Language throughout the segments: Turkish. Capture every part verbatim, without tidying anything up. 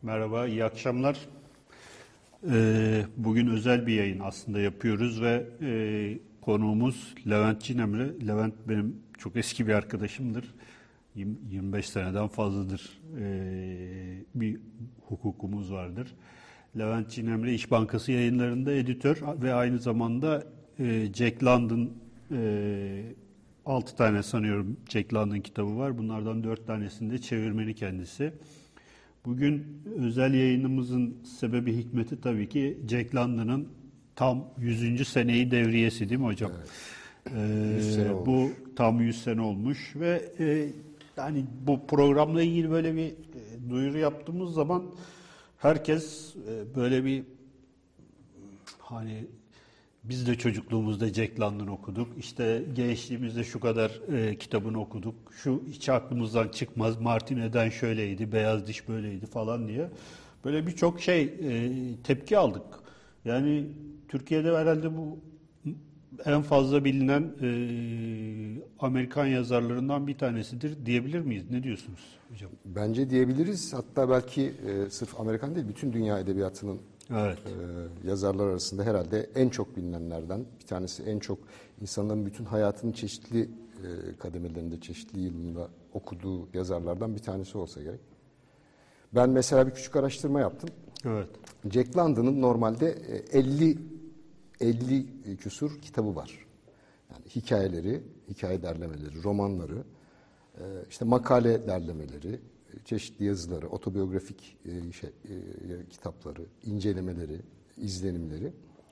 Merhaba, iyi akşamlar. Ee, bugün özel bir yayın aslında yapıyoruz ve e, konuğumuz Levent Cinemre. Levent benim çok eski bir arkadaşımdır. yirmi beş seneden fazladır ee, bir hukukumuz vardır. Levent Cinemre İş Bankası yayınlarında editör ve aynı zamanda e, Jack London e, altı tane sanıyorum Jack London kitabı var. Bunlardan dört tanesinde çevirmeni kendisi. Bugün özel yayınımızın sebebi hikmeti tabii ki Jack London'ın tam yüzüncü seneyi devriyesi değil mi hocam? Evet. Ee, bu tam yüz sene olmuş ve e, yani bu programla ilgili böyle bir e, duyuru yaptığımız zaman herkes e, böyle bir hani biz de çocukluğumuzda Jack London okuduk. İşte gençliğimizde şu kadar e, kitabını okuduk. Şu hiç aklımızdan çıkmaz. Martine'den şöyleydi, Beyaz Diş böyleydi falan diye. Böyle birçok şey e, tepki aldık. Yani Türkiye'de herhalde bu en fazla bilinen e, Amerikan yazarlarından bir tanesidir diyebilir miyiz? Ne diyorsunuz hocam? Bence diyebiliriz. Hatta belki e, sırf Amerikan değil, bütün dünya edebiyatının Evet. e, yazarlar arasında herhalde en çok bilinenlerden bir tanesi. En çok insanların bütün hayatının çeşitli e, kademelerinde, çeşitli yılında okuduğu yazarlardan bir tanesi olsa gerek. Ben mesela bir küçük araştırma yaptım. Evet. Jack London'ın normalde elli elli küsur kitabı var. Yani hikayeleri, hikaye derlemeleri, romanları, işte makale derlemeleri, çeşitli yazıları, otobiyografik şey, kitapları, incelemeleri, izlenimleri.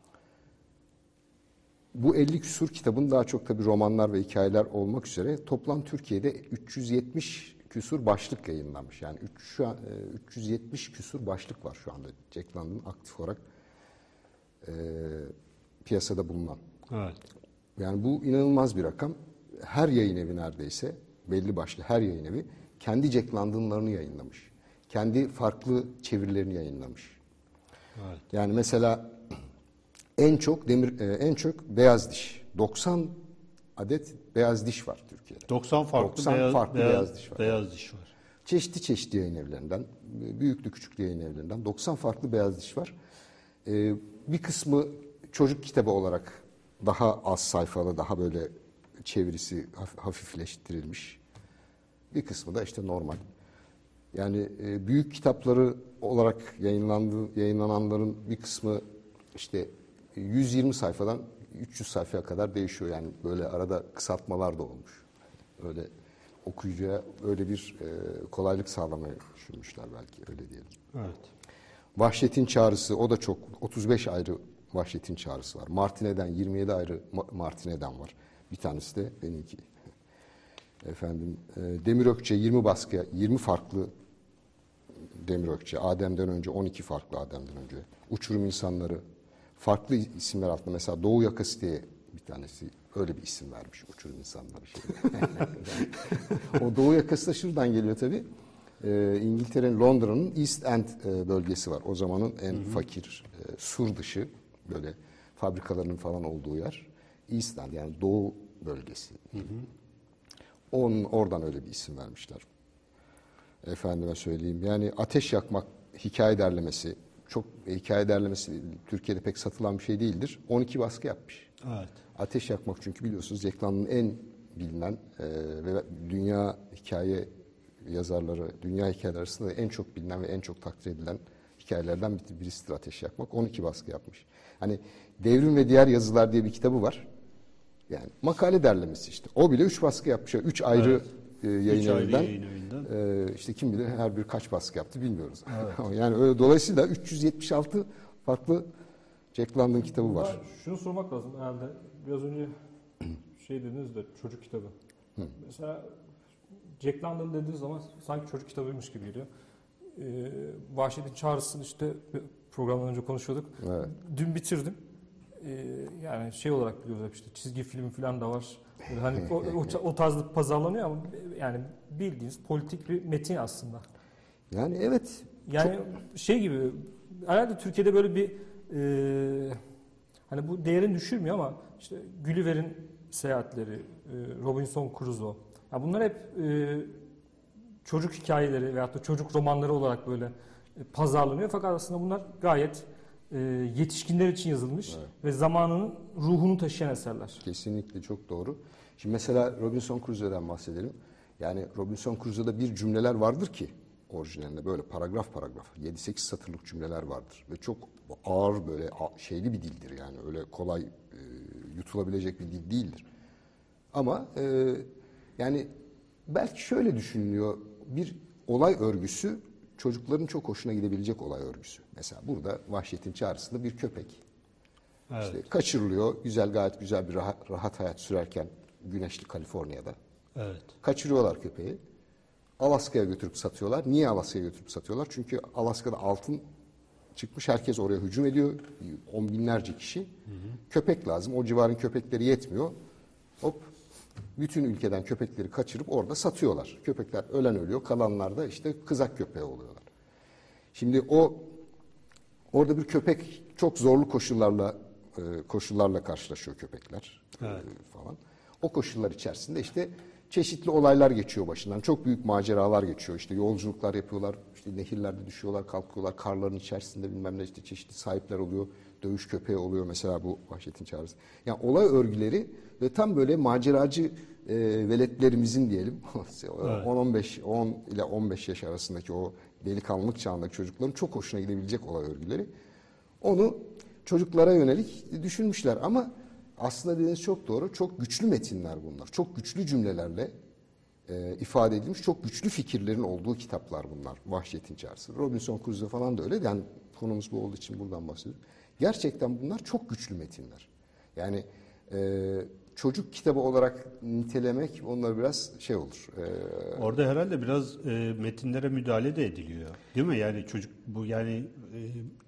Bu elli küsur kitabın daha çok tabii romanlar ve hikayeler olmak üzere toplam Türkiye'de üç yüz yetmiş küsur başlık yayınlanmış. Yani şu an üç yüz yetmiş küsur başlık var şu anda Jack London'ın aktif olarak e, piyasada bulunan. Evet. Yani bu inanılmaz bir rakam. Her yayın evi neredeyse, belli başlı her yayın evi kendi Jack London'larını yayınlamış. Kendi farklı çevirilerini yayınlamış. Evet. Yani mesela en çok demir en çok Beyaz Diş. doksan adet Beyaz Diş var Türkiye'de. doksan farklı, doksan beyaz, farklı beyaz, beyaz diş var. Beyaz diş var. Çeşitli çeşitli yayın evlerinden, büyüklü küçüklü yayın evlerinden doksan farklı Beyaz Diş var. Ee, bir kısmı çocuk kitabı olarak daha az sayfalı, daha böyle çevirisi hafifleştirilmiş. Bir kısmı da işte normal. Yani e, büyük kitapları olarak yayınlandığı, yayınlananların bir kısmı işte yüz yirmi sayfadan üç yüz sayfaya kadar değişiyor. Yani böyle arada kısaltmalar da olmuş. Öyle okuyucuya öyle bir e, kolaylık sağlamayı düşünmüşler belki, öyle diyelim. Evet. Vahşetin Çağrısı, o da çok, otuz beş ayrı Vahşetin Çağrısı var. Martine'den yirmi yedi ayrı Martine'den var. Bir tanesi de benimki. Efendim, e, Demir Ökçe yirmi baskıya, yirmi farklı Demir Ökçe. Adem'den önce on iki farklı Adem'den önce. Uçurum İnsanları, farklı isimler altında. Mesela Doğu Yakası diye bir tanesi öyle bir isim vermiş, Uçurum İnsanları. Şey. O Doğu Yakası da şuradan geliyor tabii. Ee, İngiltere'nin, Londra'nın East End e, bölgesi var. O zamanın en hı hı. fakir, e, sur dışı böyle fabrikalarının falan olduğu yer. East End, yani Doğu bölgesi. Hı hı. Onun, oradan öyle bir isim vermişler. Efendime söyleyeyim. Yani Ateş Yakmak hikaye derlemesi, çok hikaye derlemesi Türkiye'de pek satılan bir şey değildir. on iki baskı yapmış. Evet. Ateş Yakmak, çünkü biliyorsunuz Jack London'ın en bilinen e, ve dünya hikaye yazarları, dünya hikayeleri arasında en çok bilinen ve en çok takdir edilen hikayelerden birisidir Ateş Yakmak. on iki baskı yapmış. Hani Devrim ve Diğer Yazılar diye bir kitabı var. Yani makale derlemesi işte. O bile üç baskı yapmış. Üç ayrı evet. e, yayın evinden. E, işte kim bilir her bir kaç baskı yaptı bilmiyoruz. Evet. Yani öyle, dolayısıyla üç yüz yetmiş altı farklı Jack London kitabı var. Ben şunu sormak lazım herhalde. Biraz önce şey dediniz de çocuk kitabı. Hı. Mesela Jack London dediğiniz zaman sanki çocuk kitabıymış gibi geliyor. Ee, Vahşetin Çağrısı'nı işte programdan önce konuşuyorduk. Evet. Dün bitirdim. Ee, yani şey olarak biliyoruz işte çizgi film falan da var. Böyle hani o, o, o tarzda pazarlanıyor ama yani bildiğiniz politik bir metin aslında. Yani evet. Yani çok... şey gibi herhalde Türkiye'de böyle bir e, hani bu değerini düşürmüyor ama işte Gulliver'in seyahatleri, e, Robinson Crusoe. Ya bunlar hep e, çocuk hikayeleri veyahut da çocuk romanları olarak böyle e, pazarlanıyor. Fakat aslında bunlar gayet e, yetişkinler için yazılmış Evet. ve zamanının ruhunu taşıyan eserler. Kesinlikle çok doğru. Şimdi mesela Robinson Crusoe'den bahsedelim. Yani Robinson Crusoe'da bir cümleler vardır ki orijinalinde böyle paragraf paragraf yedi sekiz satırlık cümleler vardır ve çok ağır böyle şeyli bir dildir yani öyle kolay e, yutulabilecek bir dil değildir. Ama e, yani belki şöyle düşünülüyor, bir olay örgüsü çocukların çok hoşuna gidebilecek olay örgüsü. Mesela burada Vahşet'in Çağrısı'nda bir köpek Evet. işte kaçırılıyor, güzel gayet güzel bir rahat, rahat hayat sürerken güneşli Kaliforniya'da. Evet. Kaçırıyorlar köpeği. Alaska'ya götürüp satıyorlar. Niye Alaska'ya götürüp satıyorlar? Çünkü Alaska'da altın çıkmış, herkes oraya hücum ediyor. On binlerce kişi. Hı hı. Köpek lazım. O civarın köpekleri yetmiyor. Hop, bütün ülkeden köpekleri kaçırıp orada satıyorlar. Köpekler ölen ölüyor, kalanlar da işte kızak köpeği oluyorlar. Şimdi o orada bir köpek çok zorlu koşullarla e, koşullarla karşılaşıyor köpekler Evet. e, falan. O koşullar içerisinde işte çeşitli olaylar geçiyor başından. Çok büyük maceralar geçiyor. İşte yolculuklar yapıyorlar. İşte nehirlerde düşüyorlar, kalkıyorlar. Karların içerisinde bilmem ne işte çeşitli sahipler oluyor. Dövüş köpeği oluyor mesela bu Vahşet'in Çağrısı. Yani olay örgüleri ve tam böyle maceracı e, veletlerimizin diyelim Evet. on on beş on ile on beş yaş arasındaki o delikanlılık çağındaki çocukların çok hoşuna gidebilecek olay örgüleri. Onu çocuklara yönelik düşünmüşler ama aslında dediğiniz çok doğru. Çok güçlü metinler bunlar. Çok güçlü cümlelerle e, ifade edilmiş, çok güçlü fikirlerin olduğu kitaplar bunlar. Vahşet'in Çağrısı. Robinson Crusoe falan da öyle. Yani konumuz bu olduğu için buradan bahsediyorum. Gerçekten bunlar çok güçlü metinler. Yani e, çocuk kitabı olarak nitelemek onları biraz şey olur. E, Orada herhalde biraz e, metinlere müdahale de ediliyor. Değil mi? Yani çocuk bu yani e,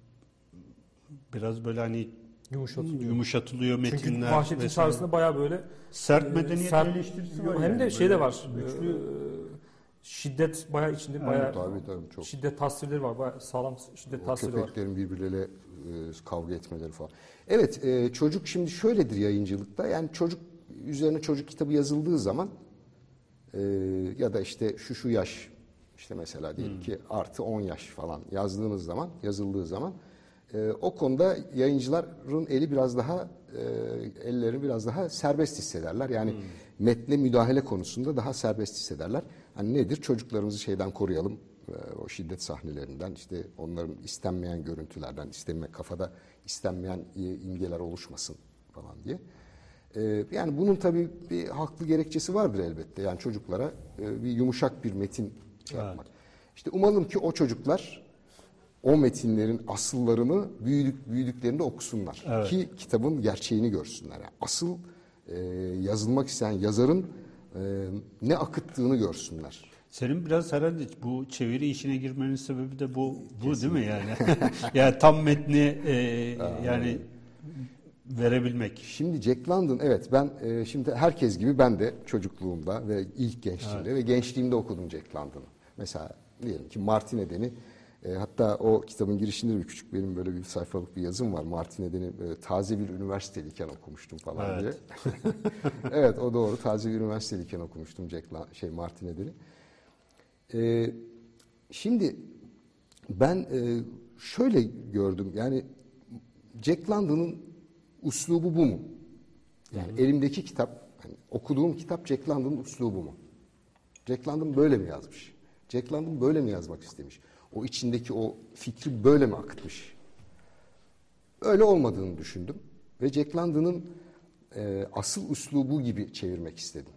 biraz böyle hani Yumuşatılıyor. yumuşatılıyor metinler. Çünkü Vahşet'in vesaire. Çağrısı'nda bayağı böyle Sert e, medeniyet sert- eleştirisi var. Hem yani. de şey de Böyle var. Güçlü. e, şiddet bayağı içinde bayağı tabii tabii çok. şiddet tasvirleri var. Bayağı sağlam şiddet O tasvirleri var. köpeklerin birbirleriyle e, kavga etmeleri falan. Evet, e, çocuk şimdi şöyledir yayıncılıkta. Yani çocuk üzerine çocuk kitabı yazıldığı zaman e, ya da işte şu şu yaş işte mesela diyelim Hmm. ki artı on yaş falan yazdığınız zaman, yazıldığı zaman e, o konuda yayıncıların eli biraz daha e, ellerini biraz daha serbest hissederler. Yani Hmm. metne müdahale konusunda daha serbest hissederler. Hani nedir? Çocuklarımızı şeyden koruyalım. O şiddet sahnelerinden, işte onların istenmeyen görüntülerden, istenme, kafada istenmeyen imgeler oluşmasın falan diye. Ee, yani bunun tabii bir haklı gerekçesi vardır elbette. Yani çocuklara e, bir yumuşak bir metin şey Evet. yapmak. İşte umalım ki o çocuklar o metinlerin asıllarını büyüdük, büyüdüklerinde okusunlar. Evet. Ki kitabın gerçeğini görsünler. Yani asıl e, yazılmak isteyen yazarın e, ne akıttığını görsünler. Senin biraz herhalde bu çeviri işine girmenin sebebi de bu, bu değil mi yani? Yani tam metni e, yani verebilmek. Şimdi Jack London, evet ben e, şimdi herkes gibi ben de çocukluğumda ve ilk gençliğimde ve gençliğimde okudum Jack London'ı. Mesela diyelim ki Martin Eden'i, e, hatta o kitabın girişinde bir küçük benim böyle bir sayfalık bir yazım var. Martin Eden'i e, taze bir üniversiteliyken okumuştum falan Evet. diye. Evet, o doğru, taze bir üniversiteliyken okumuştum Jack La- şey Martin Eden'i. E, şimdi ben e, şöyle gördüm, yani Jack London'ın uslubu bu mu? Yani hı hı. Elimdeki kitap, yani okuduğum kitap Jack London'ın uslubu mu? Jack London böyle mi yazmış? Jack London böyle mi yazmak istemiş? O içindeki o fikri böyle mi akıtmış? Öyle olmadığını düşündüm. Ve Jack London'ın e, asıl uslubu gibi çevirmek istedim.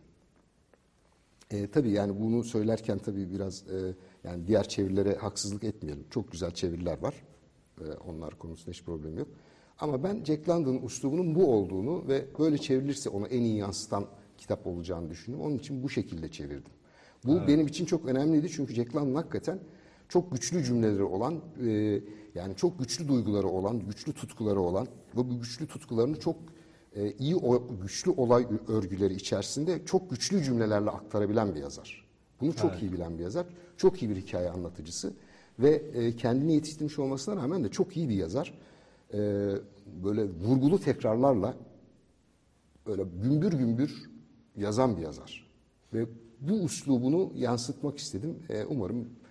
E, tabii yani bunu söylerken tabii biraz e, yani diğer çevirilere haksızlık etmeyelim. Çok güzel çeviriler var. E, onlar konusunda hiç problem yok. Ama ben Jack London'ın üslubunun bu olduğunu ve böyle çevrilirse onu en iyi yansıtan kitap olacağını düşündüm. Onun için bu şekilde çevirdim. Bu evet. benim için çok önemliydi çünkü Jack London hakikaten çok güçlü cümleleri olan, e, yani çok güçlü duyguları olan, güçlü tutkuları olan ve bu güçlü tutkularını çok e, iyi, o, güçlü olay örgüleri içerisinde çok güçlü cümlelerle aktarabilen bir yazar. Bunu çok evet. iyi bilen bir yazar, çok iyi bir hikaye anlatıcısı ve e, kendini yetiştirmiş olmasına rağmen de çok iyi bir yazar. Ee, böyle vurgulu tekrarlarla böyle gümbür gümbür yazan bir yazar. Ve bu üslubunu yansıtmak istedim. Ee, umarım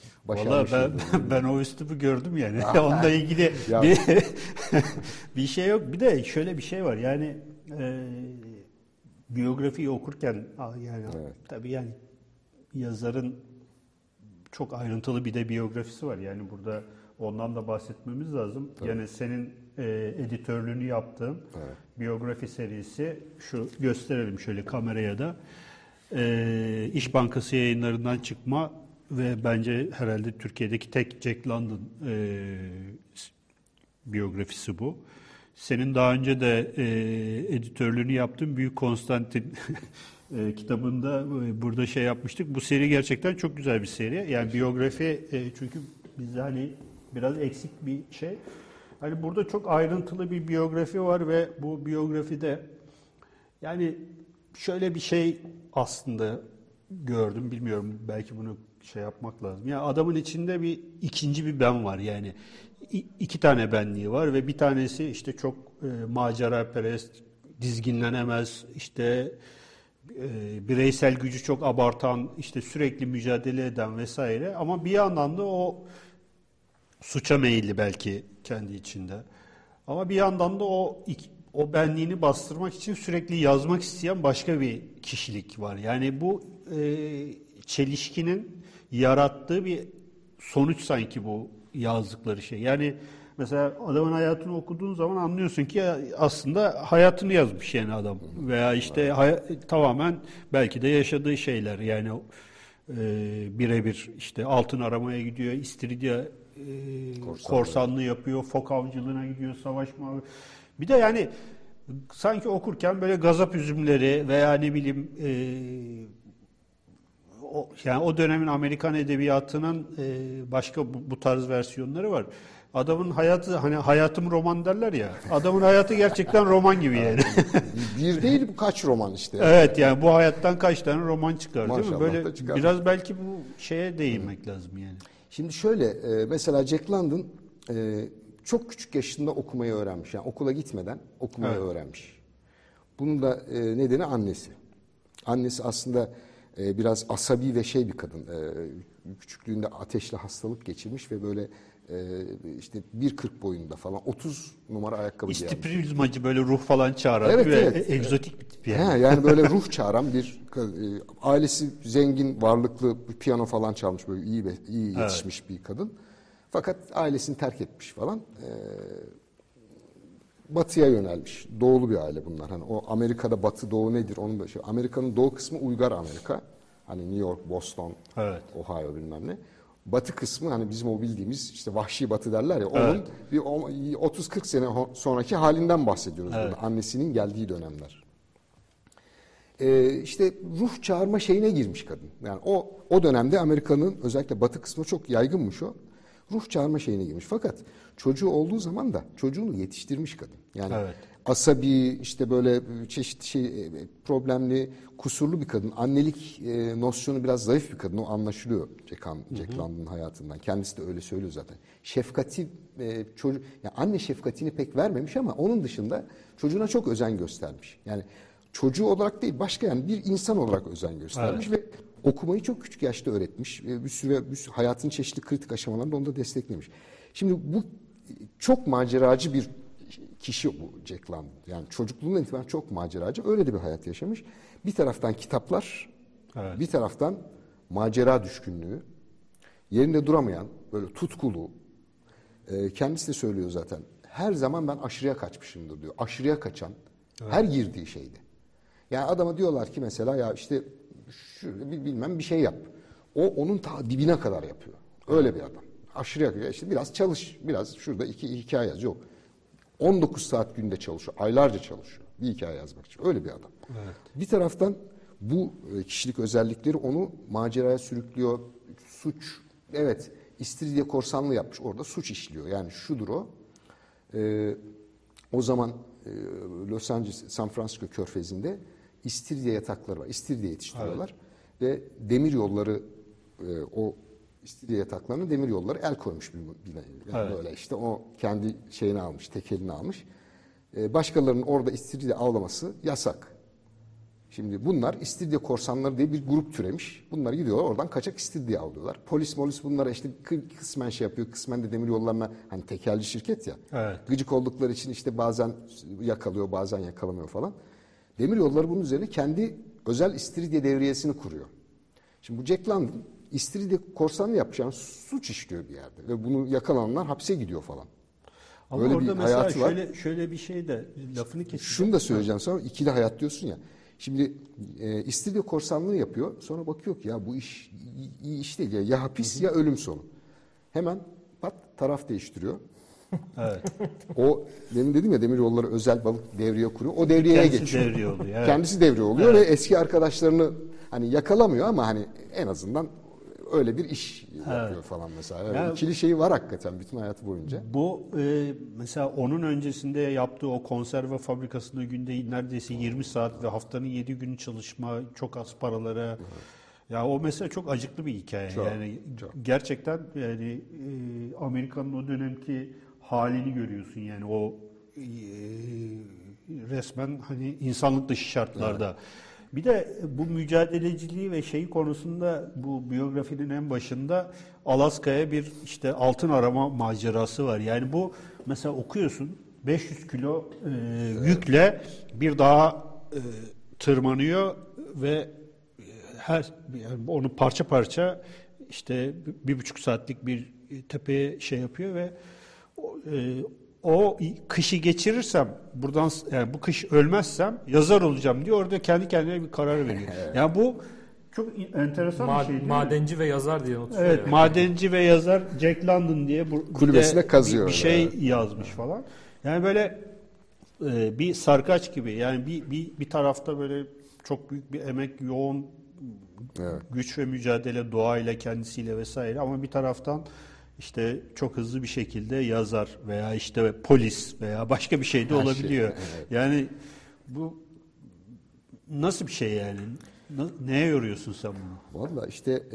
Valla ben, ben o üslubu gördüm yani. Onunla ilgili Ya. bir, bir şey yok. Bir de şöyle bir şey var yani e, biyografiyi okurken yani Evet. tabii yani yazarın çok ayrıntılı bir de biyografisi var. Yani burada ondan da bahsetmemiz lazım. Tabii. Yani senin e, editörlüğünü yaptığın Evet. biyografi serisi şu, gösterelim şöyle kameraya da. E, İş Bankası yayınlarından çıkma ve bence herhalde Türkiye'deki tek Jack London e, biyografisi bu. Senin daha önce de e, editörlüğünü yaptığın Büyük Konstantin e, kitabında e, burada şey yapmıştık. Bu seri gerçekten çok güzel bir seri. Yani biyografi e, çünkü bizde hani biraz eksik bir şey. Hani burada çok ayrıntılı bir biyografi var ve bu biyografide yani şöyle bir şey aslında gördüm. Bilmiyorum, belki bunu şey yapmak lazım. Yani adamın içinde bir ikinci bir ben var yani. İ- iki tane benliği var ve bir tanesi işte çok e, maceraperest, dizginlenemez, işte e, bireysel gücü çok abartan, işte sürekli mücadele eden vesaire. Ama bir yandan da o suça meyilli belki kendi içinde. Ama bir yandan da o o benliğini bastırmak için sürekli yazmak isteyen başka bir kişilik var. Yani bu e, çelişkinin yarattığı bir sonuç sanki bu yazdıkları şey. Yani mesela adamın hayatını okuduğun zaman anlıyorsun ki aslında hayatını yazmış yani adam. Veya işte hay- tamamen belki de yaşadığı şeyler yani e, birebir işte altın aramaya gidiyor, istiridye e, Korsanlığı. korsanlığı yapıyor, fok avcılığına gidiyor, savaşma. Bir de yani sanki okurken böyle gazap üzümleri veya ne bileyim e, o, yani o dönemin Amerikan edebiyatının e, başka bu, bu tarz versiyonları var. Adamın hayatı, hani hayatım roman derler ya. Adamın hayatı gerçekten roman gibi yani. Bir değil bu kaç roman işte. Evet, yani bu hayattan kaç tane roman çıkar değil mi? Maşallah Böyle da çıkar. biraz belki bu şeye değinmek lazım yani. Şimdi şöyle e, mesela Jack London e, çok küçük yaşında okumayı öğrenmiş. Yani okula gitmeden okumayı Evet. öğrenmiş. Bunun da e, nedeni annesi. Annesi aslında e, biraz asabi ve şey bir kadın. E, küçüklüğünde ateşli hastalık geçirmiş ve böyle e, işte bir kırk boyunda falan otuz numara ayakkabı giyermiş. İstiprizmacı, böyle ruh falan çağıran Evet, ve evet. egzotik bir tip Yani. yani. He, yani böyle ruh çağıran bir ka- e, ailesi zengin, varlıklı, bir piyano falan çalmış, böyle iyi be- iyi yetişmiş bir kadın. Fakat ailesini terk etmiş falan. E, batıya yönelmiş. Doğulu bir aile bunlar. Hani o Amerika'da batı doğu nedir? Onun da şey, Amerika'nın doğu kısmı uygar Amerika. Hani New York, Boston, Evet. Ohio bilmem ne. Batı kısmı hani bizim o bildiğimiz işte vahşi batı derler ya. Onun Evet. bir otuz kırk sene ho- sonraki halinden bahsediyoruz Evet. burada. Annesinin geldiği dönemler. Ee, işte ruh çağırma şeyine girmiş kadın. Yani o o dönemde Amerika'nın özellikle batı kısmı çok yaygınmış o. Ruh çağırma şeyine girmiş. Fakat çocuğu olduğu zaman da çocuğunu yetiştirmiş kadın. Yani Evet. asabi, işte böyle çeşitli şey problemli, kusurlu bir kadın. Annelik e, nosyonu biraz zayıf bir kadın. O anlaşılıyor Jack, Jack London'ın hayatından. Kendisi de öyle söylüyor zaten. Şefkati e, çocuk, yani anne şefkatini pek vermemiş ama onun dışında çocuğuna çok özen göstermiş. Yani çocuğu olarak değil, başka yani bir insan olarak özen göstermiş ve okumayı çok küçük yaşta öğretmiş. Bir sürü, bir sürü hayatın çeşitli kritik aşamalarında onu da desteklemiş. Şimdi bu çok maceracı bir kişi bu Jack London. Yani çocukluğundan itibaren çok maceracı. Öyle de bir hayat yaşamış. Bir taraftan kitaplar, Evet. bir taraftan macera düşkünlüğü, yerinde duramayan, böyle tutkulu, e, kendisi de söylüyor zaten. Her zaman ben aşırıya kaçmışımdır diyor. Aşırıya kaçan, her girdiği şeyde. Yani adama diyorlar ki mesela ya işte şöyle bir bilmem bir şey yap. O onun ta dibine kadar yapıyor. Öyle bir adam. Aşırıya işte biraz çalış, biraz şurada iki hikaye yaz. Yok. on dokuz saat günde çalışıyor. Aylarca çalışıyor. Bir hikaye yazmak için. Öyle bir adam. Evet. Bir taraftan bu kişilik özellikleri onu maceraya sürüklüyor. Suç, evet, istiridye korsanlığı yapmış. Orada suç işliyor. Yani şudur o. Ee, o zaman e, Los Angeles, San Francisco körfezinde istiridye yatakları var. İstiridye yetiştiriyorlar. Ve demir yolları e, o istiridye yataklarına demir yolları el koymuş bir, bir yani Evet. böyle işte o kendi şeyini almış, tekelini almış. Ee, başkalarının orada istiridye avlaması yasak. Şimdi bunlar istiridye korsanları diye bir grup türemiş. Bunlar gidiyorlar oradan kaçak istiridye alıyorlar. Polis molis bunlara işte kısmen şey yapıyor. Kısmen de demir yollarına, hani tekelci şirket ya. Evet. Gıcık oldukları için işte bazen yakalıyor, bazen yakalamıyor falan. Demir yolları bunun üzerine kendi özel istiridye devriyesini kuruyor. Şimdi bu Jack London istiridye korsanlığı yapacağını suç işliyor bir yerde. Ve bunu yakalananlar hapse gidiyor falan. Ama Böyle orada bir mesela hayatı var. şöyle şöyle bir şey de lafını keseceğim. Şunu da söyleyeceğim sana, ikili hayat diyorsun ya. Şimdi e, istiridye korsanlığı yapıyor. Sonra bakıyor ki ya bu iş iyi, iyi iş değil ya. Ya hapis ya ölüm sonu. Hemen pat taraf değiştiriyor. Evet. O demin dedim ya demir yolları özel balık devriye kuruyor. O devriyeye Kendisi geçiyor. devriye oluyor, evet. Kendisi devriye oluyor Evet. ve eski arkadaşlarını hani yakalamıyor ama hani en azından öyle bir iş yapıyor Evet. falan mesela. Öyle Ya- ikili şeyi var hakikaten bütün hayatı boyunca. Bu e, mesela onun öncesinde yaptığı o konserve fabrikasında günde neredeyse yirmi saat ve haftanın yedi günü çalışma, çok az paralara. Ya o mesela çok acıklı bir hikaye. Çok, yani çok. gerçekten yani e, Amerika'nın o dönemki halini görüyorsun yani o e, resmen hani insanlık dışı şartlarda. Bir de bu mücadeleciliği ve şeyi konusunda bu biyografinin en başında Alaska'ya bir işte altın arama macerası var. Yani bu mesela okuyorsun beş yüz kilo e, yükle bir dağa e, tırmanıyor ve e, her yani onu parça parça işte bir buçuk saatlik bir tepeye şey yapıyor ve o, e, o kışı geçirirsem buradan yani bu kış ölmezsem yazar olacağım diye orada kendi kendine bir karar veriyor. Yani bu çok enteresan Ma- bir şey değil mi? madenci ve yazar diye not Evet, yani. madenci ve yazar Jack London diye bu bir Kulübesine de kazıyor bir, bir şey öyle, yazmış falan. Yani böyle e, bir sarkaç gibi. Yani bir bir bir tarafta böyle çok büyük bir emek, yoğun Evet. güç ve mücadele doğayla, kendisiyle vesaire ama bir taraftan işte çok hızlı bir şekilde yazar veya işte polis veya başka bir şey de Her şey, olabiliyor. evet. Yani bu nasıl bir şey yani? Na- Neye yoruyorsun sen bunu? Valla işte e,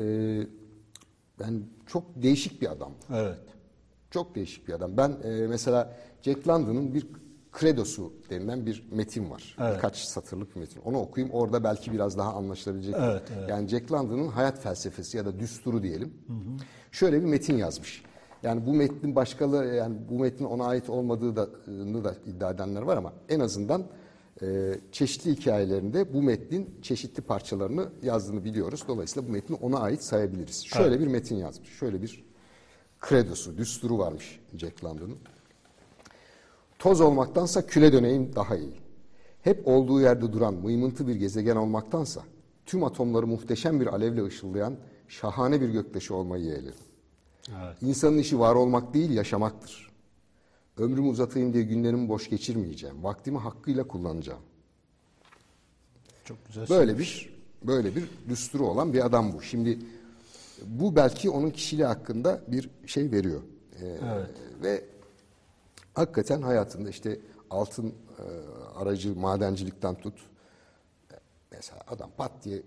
ben çok değişik bir adam. Evet. Çok değişik bir adam. Ben e, mesela Jack London'ın bir Credo'su denilen bir metin var. Evet. Birkaç satırlık bir metin. Onu okuyayım. Orada belki biraz daha anlaşılabilecek. Evet, evet. Yani Jack London'ın hayat felsefesi ya da düsturu diyelim. Hı hı. Şöyle bir metin yazmış. Yani bu metnin başkaları yani bu metnin ona ait olmadığı da, da iddia edenler var ama en azından e, çeşitli hikayelerinde bu metnin çeşitli parçalarını yazdığını biliyoruz. Dolayısıyla bu metni ona ait sayabiliriz. Şöyle Evet. bir metin yazmış. Şöyle bir kredosu, düsturu varmış Jack London'ın. Toz olmaktansa küle döneyim daha iyi. Hep olduğu yerde duran mıymıntı bir gezegen olmaktansa tüm atomları muhteşem bir alevle ışıldayan şahane bir göktaşı olmayı yeğlerim. Evet. İnsanın işi var olmak değil yaşamaktır. Ömrümü uzatayım diye günlerimi boş geçirmeyeceğim. Vaktimi hakkıyla kullanacağım. Çok güzel. Böyle bir böyle bir düsturu olan bir adam bu. Şimdi bu belki onun kişiliği hakkında bir şey veriyor. Ee, Evet. Ve hakikaten hayatında işte altın e, aracı madencilikten tut. Mesela adam pat diye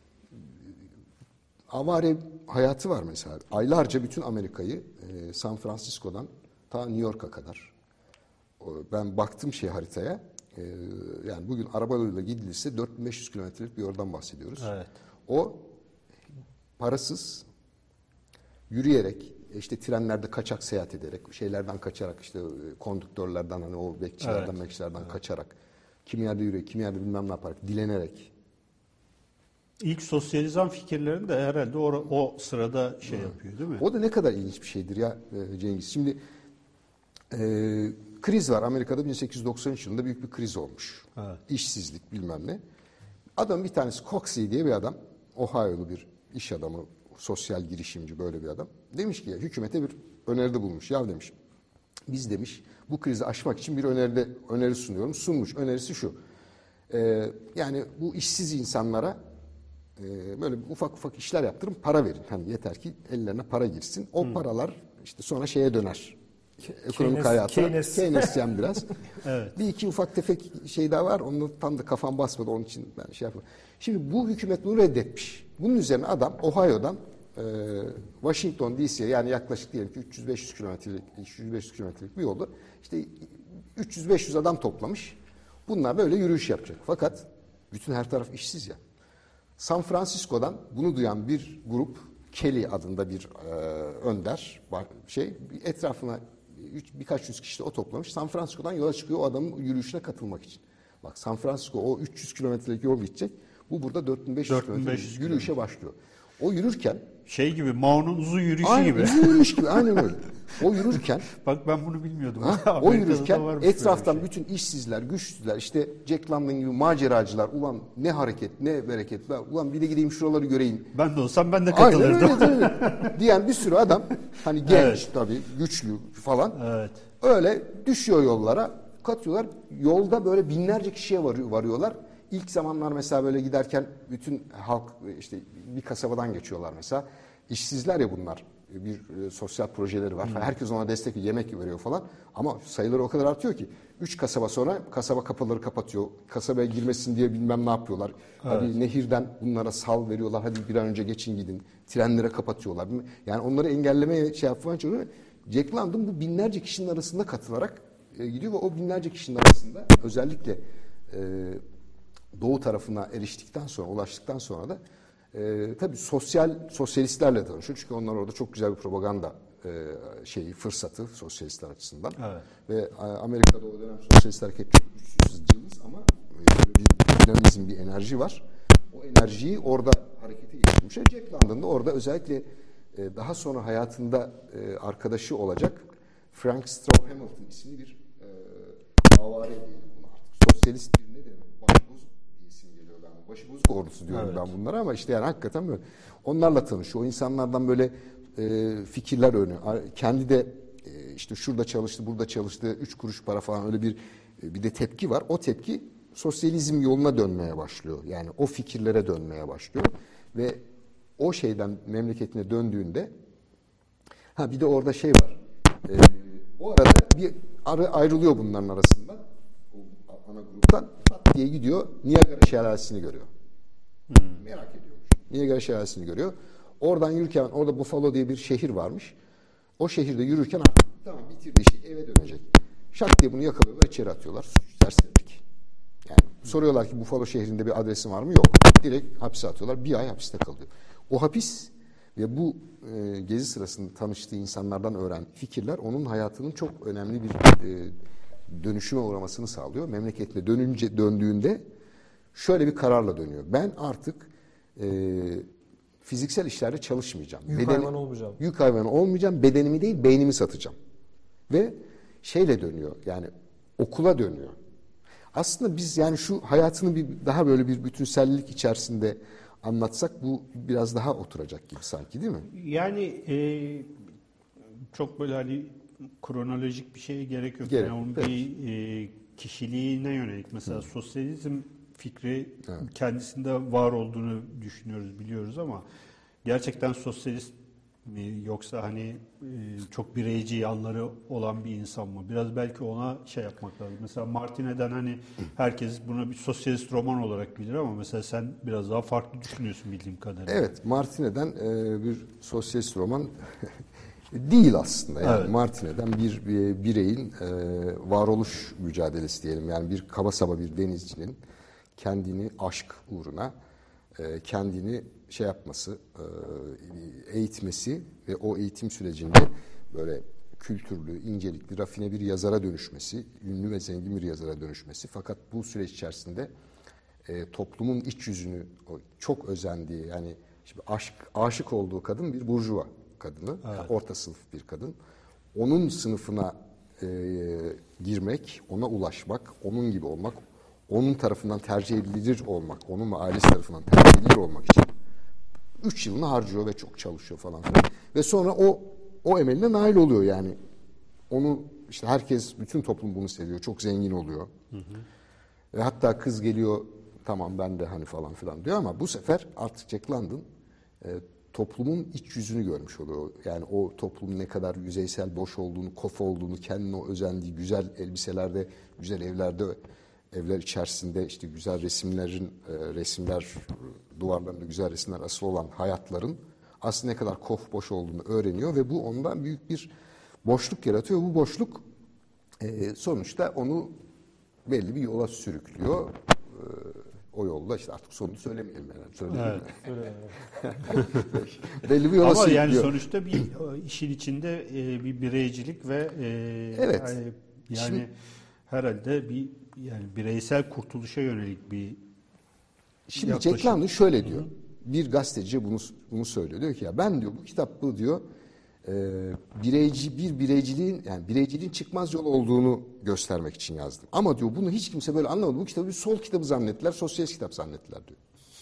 avare hayatı var mesela. Aylarca bütün Amerika'yı e, San Francisco'dan ta New York'a kadar. O, ben baktım şey haritaya. E, yani bugün arabayla gidilirse dört bin beş yüz kilometrelik bir yoldan bahsediyoruz. Evet. O parasız yürüyerek işte trenlerde kaçak seyahat ederek şeylerden kaçarak işte e, konduktörlerden hani o bekçilerden Evet. bekçilerden evet. kaçarak kimi yerde yürüyerek kimi yerde bilmem ne yaparak dilenerek. İlk sosyalizan fikirlerini de herhalde o, o sırada şey yapıyor değil mi? O da ne kadar ilginç bir şeydir ya e, Cengiz. Şimdi e, kriz var Amerika'da bin sekiz yüz doksan üç yılında büyük bir kriz olmuş. Evet. İşsizlik bilmem ne. Adam bir tanesi Coxey diye bir adam. Ohio'lu bir iş adamı, sosyal girişimci böyle bir adam. Demiş ki ya hükümete bir öneride bulmuş. Ya demiş biz demiş bu krizi aşmak için bir öneride öneri sunuyorum. Sunmuş. Önerisi şu. E, yani bu işsiz insanlara e, böyle ufak ufak işler yaptırın para verin. Hani yeter ki ellerine para girsin. O hmm. paralar işte sonra şeye döner. Ekonomik Keynes, hayata. Keynes. Keynesyen biraz. Evet. Bir iki ufak tefek şey daha var. Onu tam da kafam basmadı. Onun için ben şey yapmadım. Şimdi bu hükümet bunu reddetmiş. Bunun üzerine adam Ohio'dan e, Washington D C'ye yani yaklaşık diyelim ki üç yüz beş yüz kilometrelik üç yüz beş yüz kilometrelik bir yolda işte üç yüz beş yüz adam toplamış. Bunlar böyle yürüyüş yapacak. Fakat Bütün her taraf işsiz ya. San Francisco'dan bunu duyan bir grup, Kelly adında bir e, önder şey etrafına üç, birkaç yüz kişi de o toplamış. San Francisco'dan yola çıkıyor o adamın yürüyüşüne katılmak için. Bak San Francisco o üç yüz kilometrelik yol gidecek. Bu burada dört bin beş yüz kilometrelik yürüyüşe başlıyor. O yürürken şey gibi Mao'nun uzun yürüyüşü aynen, gibi. Uzun yürüyüş gibi aynen öyle. O yürürken bak ben bunu bilmiyordum. Ha, o yürürken etraftan şey. bütün işsizler, güçsüzler, işte Jack London gibi maceracılar, ulan ne hareket, ne bereket, ulan bir de gideyim şuraları göreyim. Ben de olsam ben de katılırdım. Aynen öyle, öyle. diyen bir sürü adam, hani genç evet. tabii, güçlü falan. Evet. Öyle düşüyor yollara, katıyorlar. Yolda böyle binlerce kişiye varıyorlar. İlk zamanlar mesela böyle giderken bütün halk işte bir kasabadan geçiyorlar mesela. İşsizler ya bunlar. Bir e, sosyal projeleri var. Hmm. Herkes ona destek yemek veriyor falan. Ama sayıları o kadar artıyor ki. Üç kasaba sonra kasaba kapıları kapatıyor. Kasabaya girmesin diye bilmem ne yapıyorlar. Evet. Hadi nehirden bunlara sal veriyorlar. Hadi bir an önce geçin gidin. Trenlere kapatıyorlar. Yani onları engellemeye şey yapmaya çalışıyor. Jack London bu binlerce kişinin arasında katılarak e, gidiyor ve o binlerce kişinin arasında özellikle e, doğu tarafına eriştikten sonra, ulaştıktan sonra da Ee, tabii sosyal sosyalistlerle tanışıyor. Çünkü onlar orada çok güzel bir propaganda e, şeyi, fırsatı sosyalistler açısından. Evet. Ve Amerika'da o dönem sosyalist hareket çok güçsüz, cılız ama böyle bir dinamizm, bir enerji var. O enerjiyi orada harekete geçirmiş. Jack London da orada özellikle e, daha sonra hayatında e, arkadaşı olacak Frank Straw Hamilton isimli bir e, avare diyelim bunu artık. Sosyalist bir ne demek? Başbozuk diye isim geliyor ben. Başbozuk ordusu diyorum evet. ben bunlara ama işte yani hakikaten böyle. Onlarla tanışıyor. O insanlardan böyle e, fikirler öğreniyor. Kendi de e, işte şurada çalıştı, burada çalıştı, üç kuruş para falan öyle bir e, bir de tepki var. O tepki sosyalizm yoluna dönmeye başlıyor. Yani o fikirlere dönmeye başlıyor ve o şeyden memleketine döndüğünde ha bir de orada şey var. E, o arada bir arı ayrılıyor bunların arasında. O ana gruptan pat diye gidiyor. Niagara Şelalesi'ni görüyor. Hmm. Merak ediyormuş. Niagara Şelalesi'ni görüyor. Oradan yürürken orada Buffalo diye bir şehir varmış. O şehirde yürürken artık tamam bitirdi işi eve dönecek. Şak diye bunu yakalıyorlar içeri atıyorlar. Suç serserilik. Yani soruyorlar ki Buffalo şehrinde bir adresin var mı? Yok. Direkt hapse atıyorlar. Bir ay hapiste kalıyor. O hapis ve bu e, gezi sırasında tanıştığı insanlardan öğren fikirler onun hayatının çok önemli bir e, dönüşüme uğramasını sağlıyor. Memleketine dönünce döndüğünde şöyle bir kararla dönüyor. Ben artık e, fiziksel işlerde çalışmayacağım. Yük Bedeni, hayvanı olmayacağım. Yük hayvanı olmayacağım. Bedenimi değil beynimi satacağım. Ve şeyle dönüyor. Yani okula dönüyor. Aslında biz yani şu hayatını bir daha böyle bir bütünsellik içerisinde anlatsak bu biraz daha oturacak gibi sanki değil mi? Yani e, çok böyle hani kronolojik bir şeye gerek yok. Gerek, yani onun evet. bir e, kişiliğine yönelik mesela Hı. sosyalizm fikri evet. kendisinde var olduğunu düşünüyoruz, biliyoruz ama gerçekten sosyalist mi yoksa hani e, çok bireyci yanları olan bir insan mı? Biraz belki ona şey yapmak lazım. Mesela Martine'den hani herkes buna bir sosyalist roman olarak bilir ama mesela sen biraz daha farklı düşünüyorsun bildiğim kadarıyla. Evet, Martine'den e, bir sosyalist roman değil aslında. Yani evet. Martine'den bir, bir bireyin e, varoluş mücadelesi diyelim. Yani bir kaba saba bir denizcinin kendini aşk uğruna e, kendini şey yapması, e, eğitmesi ve o eğitim sürecinde böyle kültürlü, incelikli, rafine bir yazara dönüşmesi, ünlü ve zengin bir yazara dönüşmesi. Fakat bu süreç içerisinde e, toplumun iç yüzünü çok özendiği, yani şimdi aşk, aşık olduğu kadın bir burjuva kadını, evet. yani orta sınıf bir kadın. Onun sınıfına e, girmek, ona ulaşmak, onun gibi olmak, onun tarafından tercih edilir olmak, onun ve ailesi tarafından tercih edilir olmak için üç yılını harcıyor ve çok çalışıyor falan filan. Ve sonra o o emeline nail oluyor yani. Onu işte herkes, bütün toplum bunu seviyor. Çok zengin oluyor. Hı hı. Ve hatta kız geliyor, tamam ben de hani falan filan diyor ama bu sefer artık Jack London e, toplumun iç yüzünü görmüş oluyor. Yani o toplumun ne kadar yüzeysel, boş olduğunu, kof olduğunu, kendine o özendiği güzel elbiselerde, güzel evlerde, evler içerisinde işte güzel resimlerin, e, resimler duvarlarında güzel resimler asılı olan hayatların aslında ne kadar kof boş olduğunu öğreniyor ve bu ondan büyük bir boşluk yaratıyor. Bu boşluk e, sonuçta onu belli bir yola sürüklüyor. E, o yolla işte artık sonunu söylemeyelim yani. Söyleyelim Evet. mi? Belli bir yola Ama yani sürüklüyor. sonuçta bir işin içinde e, bir bireycilik ve e, Evet. yani, yani Şimdi- herhalde bir yani bireysel kurtuluşa yönelik bir Şimdi yaklaşım. Jack London şöyle diyor. Bir gazeteci bunu bunu söylüyor. Diyor ki ya ben diyor bu kitapı diyor e, bireyci bir bireyciliğin yani bireyciliğin çıkmaz yol olduğunu göstermek için yazdım. Ama diyor bunu hiç kimse böyle anlamadı. Bu kitabı bir sol kitabı zannettiler, sosyalist kitap zannettiler diyor.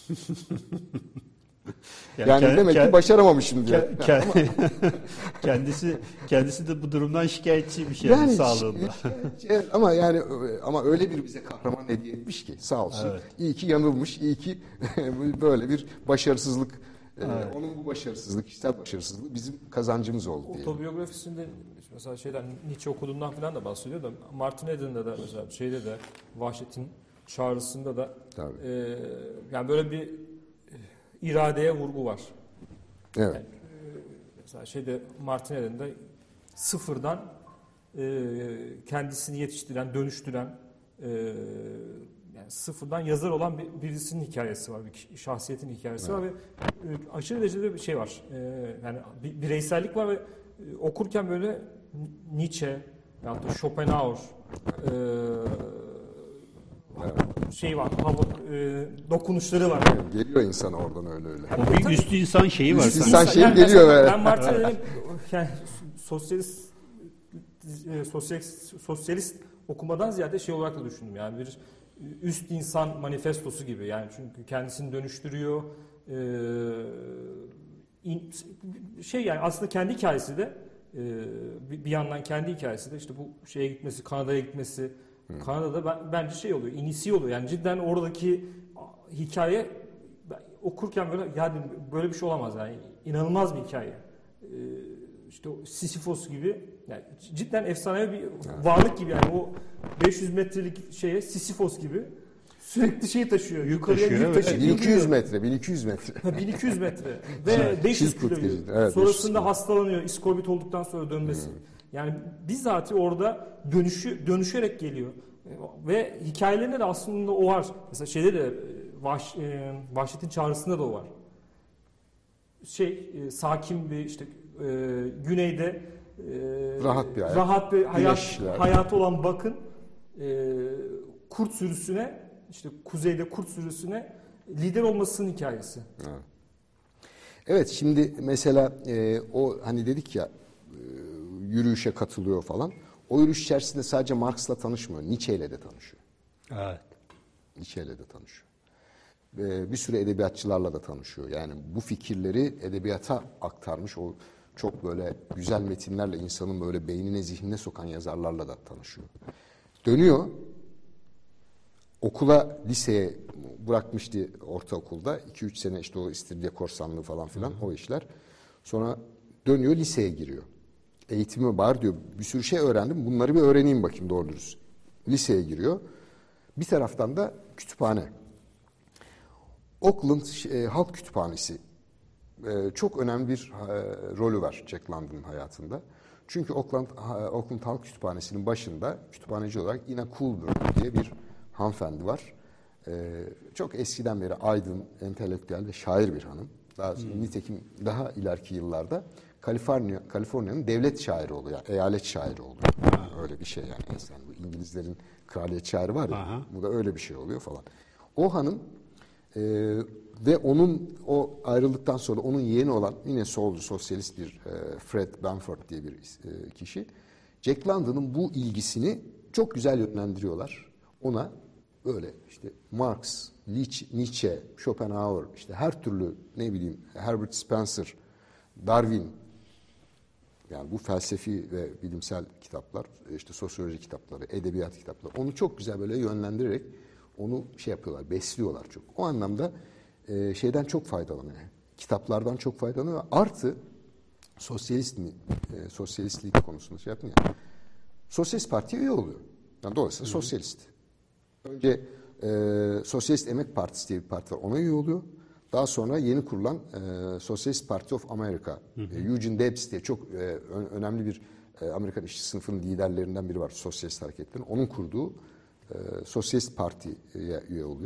Yani, ke- demek ke- ki başaramamışım diyor. ke- ke- kendisi kendisi de bu durumdan şikayetçiymiş yani, Yani sağlığında. evet, ama yani ama öyle bir bize kahraman hediye etmiş ki sağ olsun. Evet. İyi ki yanılmış, iyi ki böyle bir başarısızlık, Evet. e, onun bu başarısızlık, kişisel başarısızlık bizim kazancımız oldu diye. Otobiyografisinde mesela şeyden Nietzsche okuduğundan falan da bahsediyor da Martin Eden'de de mesela şeyde de Vahşetin Çağrısı'nda da Tabii. e, yani böyle bir iradeye vurgu var. Evet. Yani, e, mesela şeyde Martin Eden'de sıfırdan e, kendisini yetiştiren, dönüştüren e, yani sıfırdan yazar olan bir, birisinin hikayesi var, bir şahsiyetin hikayesi var ve e, aşırı derecede bir şey var. E, yani bir bireysellik var ve e, okurken böyle Nietzsche ya da Schopenhauer e, şey var, hava, e, dokunuşları var. Geliyor insan oradan öyle öyle. O bir üstü insan şeyi var. Üstü sanki. insan şeyi Yani geliyor mesela böyle. Ben Martin Eden'in yani sosyalist e, sosyalist sosyalist okumadan ziyade şey olarak da düşündüm. Yani bir üst insan manifestosu gibi. Yani çünkü kendisini dönüştürüyor. E, in, şey yani aslında kendi hikayesi de e, bir, bir yandan kendi hikayesi de işte bu şeye gitmesi, Kanada'ya gitmesi. Hmm. Kanada'da ben, bence şey oluyor, inisiye oluyor. Yani cidden oradaki hikaye okurken böyle yani böyle bir şey olamaz yani. İnanılmaz bir hikaye. Ee, işte o Sisyphos gibi yani cidden efsanevi bir varlık gibi yani o beş yüz metrelik şeye Sisyphos gibi sürekli şey taşıyor. Yük Yukarıya taşıyor, yük evet. taşıyor. bin iki yüz metre, bin iki yüz metre. bin iki yüz metre ve beş yüz Silkwood kilo. gezisi, evet, Sonrasında beş yüz hastalanıyor. İskorbit olduktan sonra dönmesi. Hmm. Yani bizzat orada dönüşü dönüşerek geliyor. Ve hikayelerinde de aslında o var. Mesela şeyde de Vahş, e, Vahşetin Çağrısı'nda da o var. Şey e, sakin bir işte e, güneyde e, Rahat bir hayat. rahat bir hayat Güneşler. hayatı olan Bakın e, kurt sürüsüne işte kuzeyde kurt sürüsüne lider olmasının hikayesi. Evet. Evet şimdi mesela e, o hani dedik ya e, yürüyüşe katılıyor falan. O yürüyüş içerisinde sadece Marx'la tanışmıyor. Nietzsche ile de tanışıyor. Evet. Nietzsche ile de tanışıyor. Ve bir sürü edebiyatçılarla da tanışıyor. Yani bu fikirleri edebiyata aktarmış o çok böyle güzel metinlerle insanın böyle beynine, zihnine sokan yazarlarla da tanışıyor. Dönüyor. Okula, liseye bırakmıştı ortaokulda. iki üç sene işte o İstiridye korsanlığı falan filan hı hı. o işler. Sonra dönüyor liseye giriyor. Eğitimi var diyor. Bir sürü şey öğrendim. Bunları bir öğreneyim bakayım doğru dürüst. Liseye giriyor. Bir taraftan da kütüphane. Oakland e, Halk Kütüphanesi e, çok önemli bir e, rolü var Jack London'ın hayatında. Çünkü Oakland, Oakland Halk Kütüphanesi'nin başında kütüphaneci olarak Ina Coolbrith diye bir hanımefendi var. E, çok eskiden beri aydın, entelektüel ve şair bir hanım. Daha hmm. nitekim daha ileriki yıllarda Kaliforniya, Kaliforniya'nın devlet şairi oluyor. Yani eyalet şairi oluyor. Yani öyle bir şey yani. yani bu İngilizlerin kraliyet şairi var ya. Aha. Bu da öyle bir şey oluyor falan. O hanım e, ve onun o ayrıldıktan sonra onun yeğeni olan yine solcu, sosyalist bir e, Fred Bamford diye bir e, kişi. Jack London'ın bu ilgisini çok güzel yönlendiriyorlar. Ona böyle işte Marx, Nietzsche, Schopenhauer, işte her türlü ne bileyim Herbert Spencer, Darwin, yani bu felsefi ve bilimsel kitaplar, işte sosyoloji kitapları, edebiyat kitapları onu çok güzel böyle yönlendirerek onu şey yapıyorlar, besliyorlar çok. O anlamda e, şeyden çok faydalanıyor. Kitaplardan çok faydalanıyor. Artı sosyalist mi, e, sosyalistlik konusunda şey yaptın ya. Sosyalist Parti'ye üye oluyor. Yani dolayısıyla Hı-hı. sosyalist. Önce e, Sosyalist Emek Partisi diye bir parti var. Ona üye oluyor. Daha sonra yeni kurulan e, Socialist Party of America, hı hı. Eugene Debs diye çok e, önemli bir e, Amerikan işçi sınıfının liderlerinden biri var sosyalist hareketlerin. Onun kurduğu e, Sosyalist Parti'ye üye oluyor. E,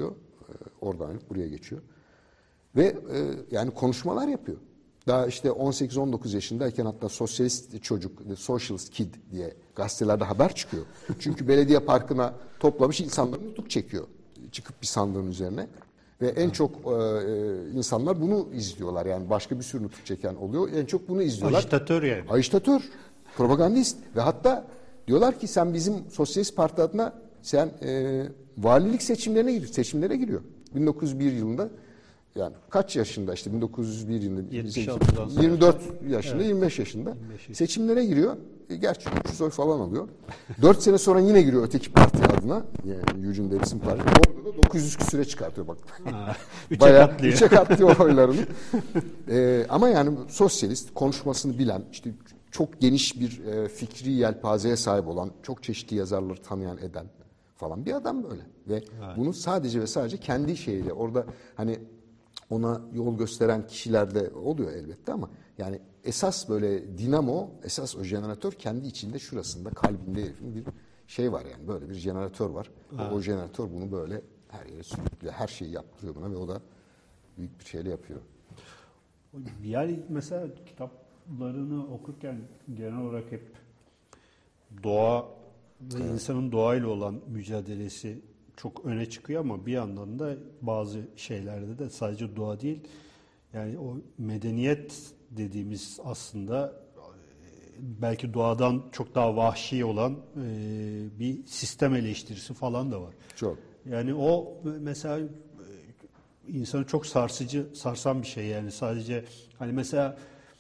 oradan ayrılıp buraya geçiyor. Ve e, yani konuşmalar yapıyor. Daha işte on sekiz on dokuz yaşındayken hatta sosyalist çocuk, the socialist kid diye gazetelerde haber çıkıyor. Çünkü belediye parkına toplamış insanları nutuk çekiyor. Çıkıp bir sandığın üzerine. Ve en çok e, insanlar bunu izliyorlar. Yani başka bir sürü nutuk çeken oluyor. En çok bunu izliyorlar. Ajitatör yani. Ajitatör, propagandist. Ve hatta diyorlar ki sen bizim Sosyalist Parti adına sen e, valilik seçimlerine giriyor. Seçimlere giriyor. bin dokuz yüz bir yılında yani kaç yaşında işte bin dokuz yüz bir yılında yirmi dört yaşında evet. yirmi beş yaşında yirmi beş seçimlere giriyor. E, gerçi üç yüz oy falan alıyor. dört sene sonra yine giriyor öteki parti adına. Yani Eugene Davis'in partisi. Orada da dokuz yüz küsüre çıkartıyor bak. Ha, üçe Bayağı katlıyor. üçe katlıyor oylarını. e, ama yani sosyalist, konuşmasını bilen, işte çok geniş bir e, fikri yelpazeye sahip olan, çok çeşitli yazarları tanıyan eden falan bir adam böyle. Ve evet. bunu sadece ve sadece kendi şeyiyle orada hani ona yol gösteren kişiler de oluyor elbette ama yani esas böyle dinamo, esas o jeneratör kendi içinde şurasında, kalbinde herifin bir şey var yani böyle bir jeneratör var. Evet. O jeneratör bunu böyle her yere sürüklüyor, her şeyi yaptırıyor buna ve o da büyük bir şeyle yapıyor. Yani mesela kitaplarını okurken genel olarak hep doğa ve evet. insanın doğayla olan mücadelesi çok öne çıkıyor ama bir yandan da bazı şeylerde de sadece doğa değil yani o medeniyet dediğimiz aslında belki doğadan çok daha vahşi olan bir sistem eleştirisi falan da var. Çok. Yani o mesela insanı çok sarsıcı, sarsan bir şey yani sadece hani mesela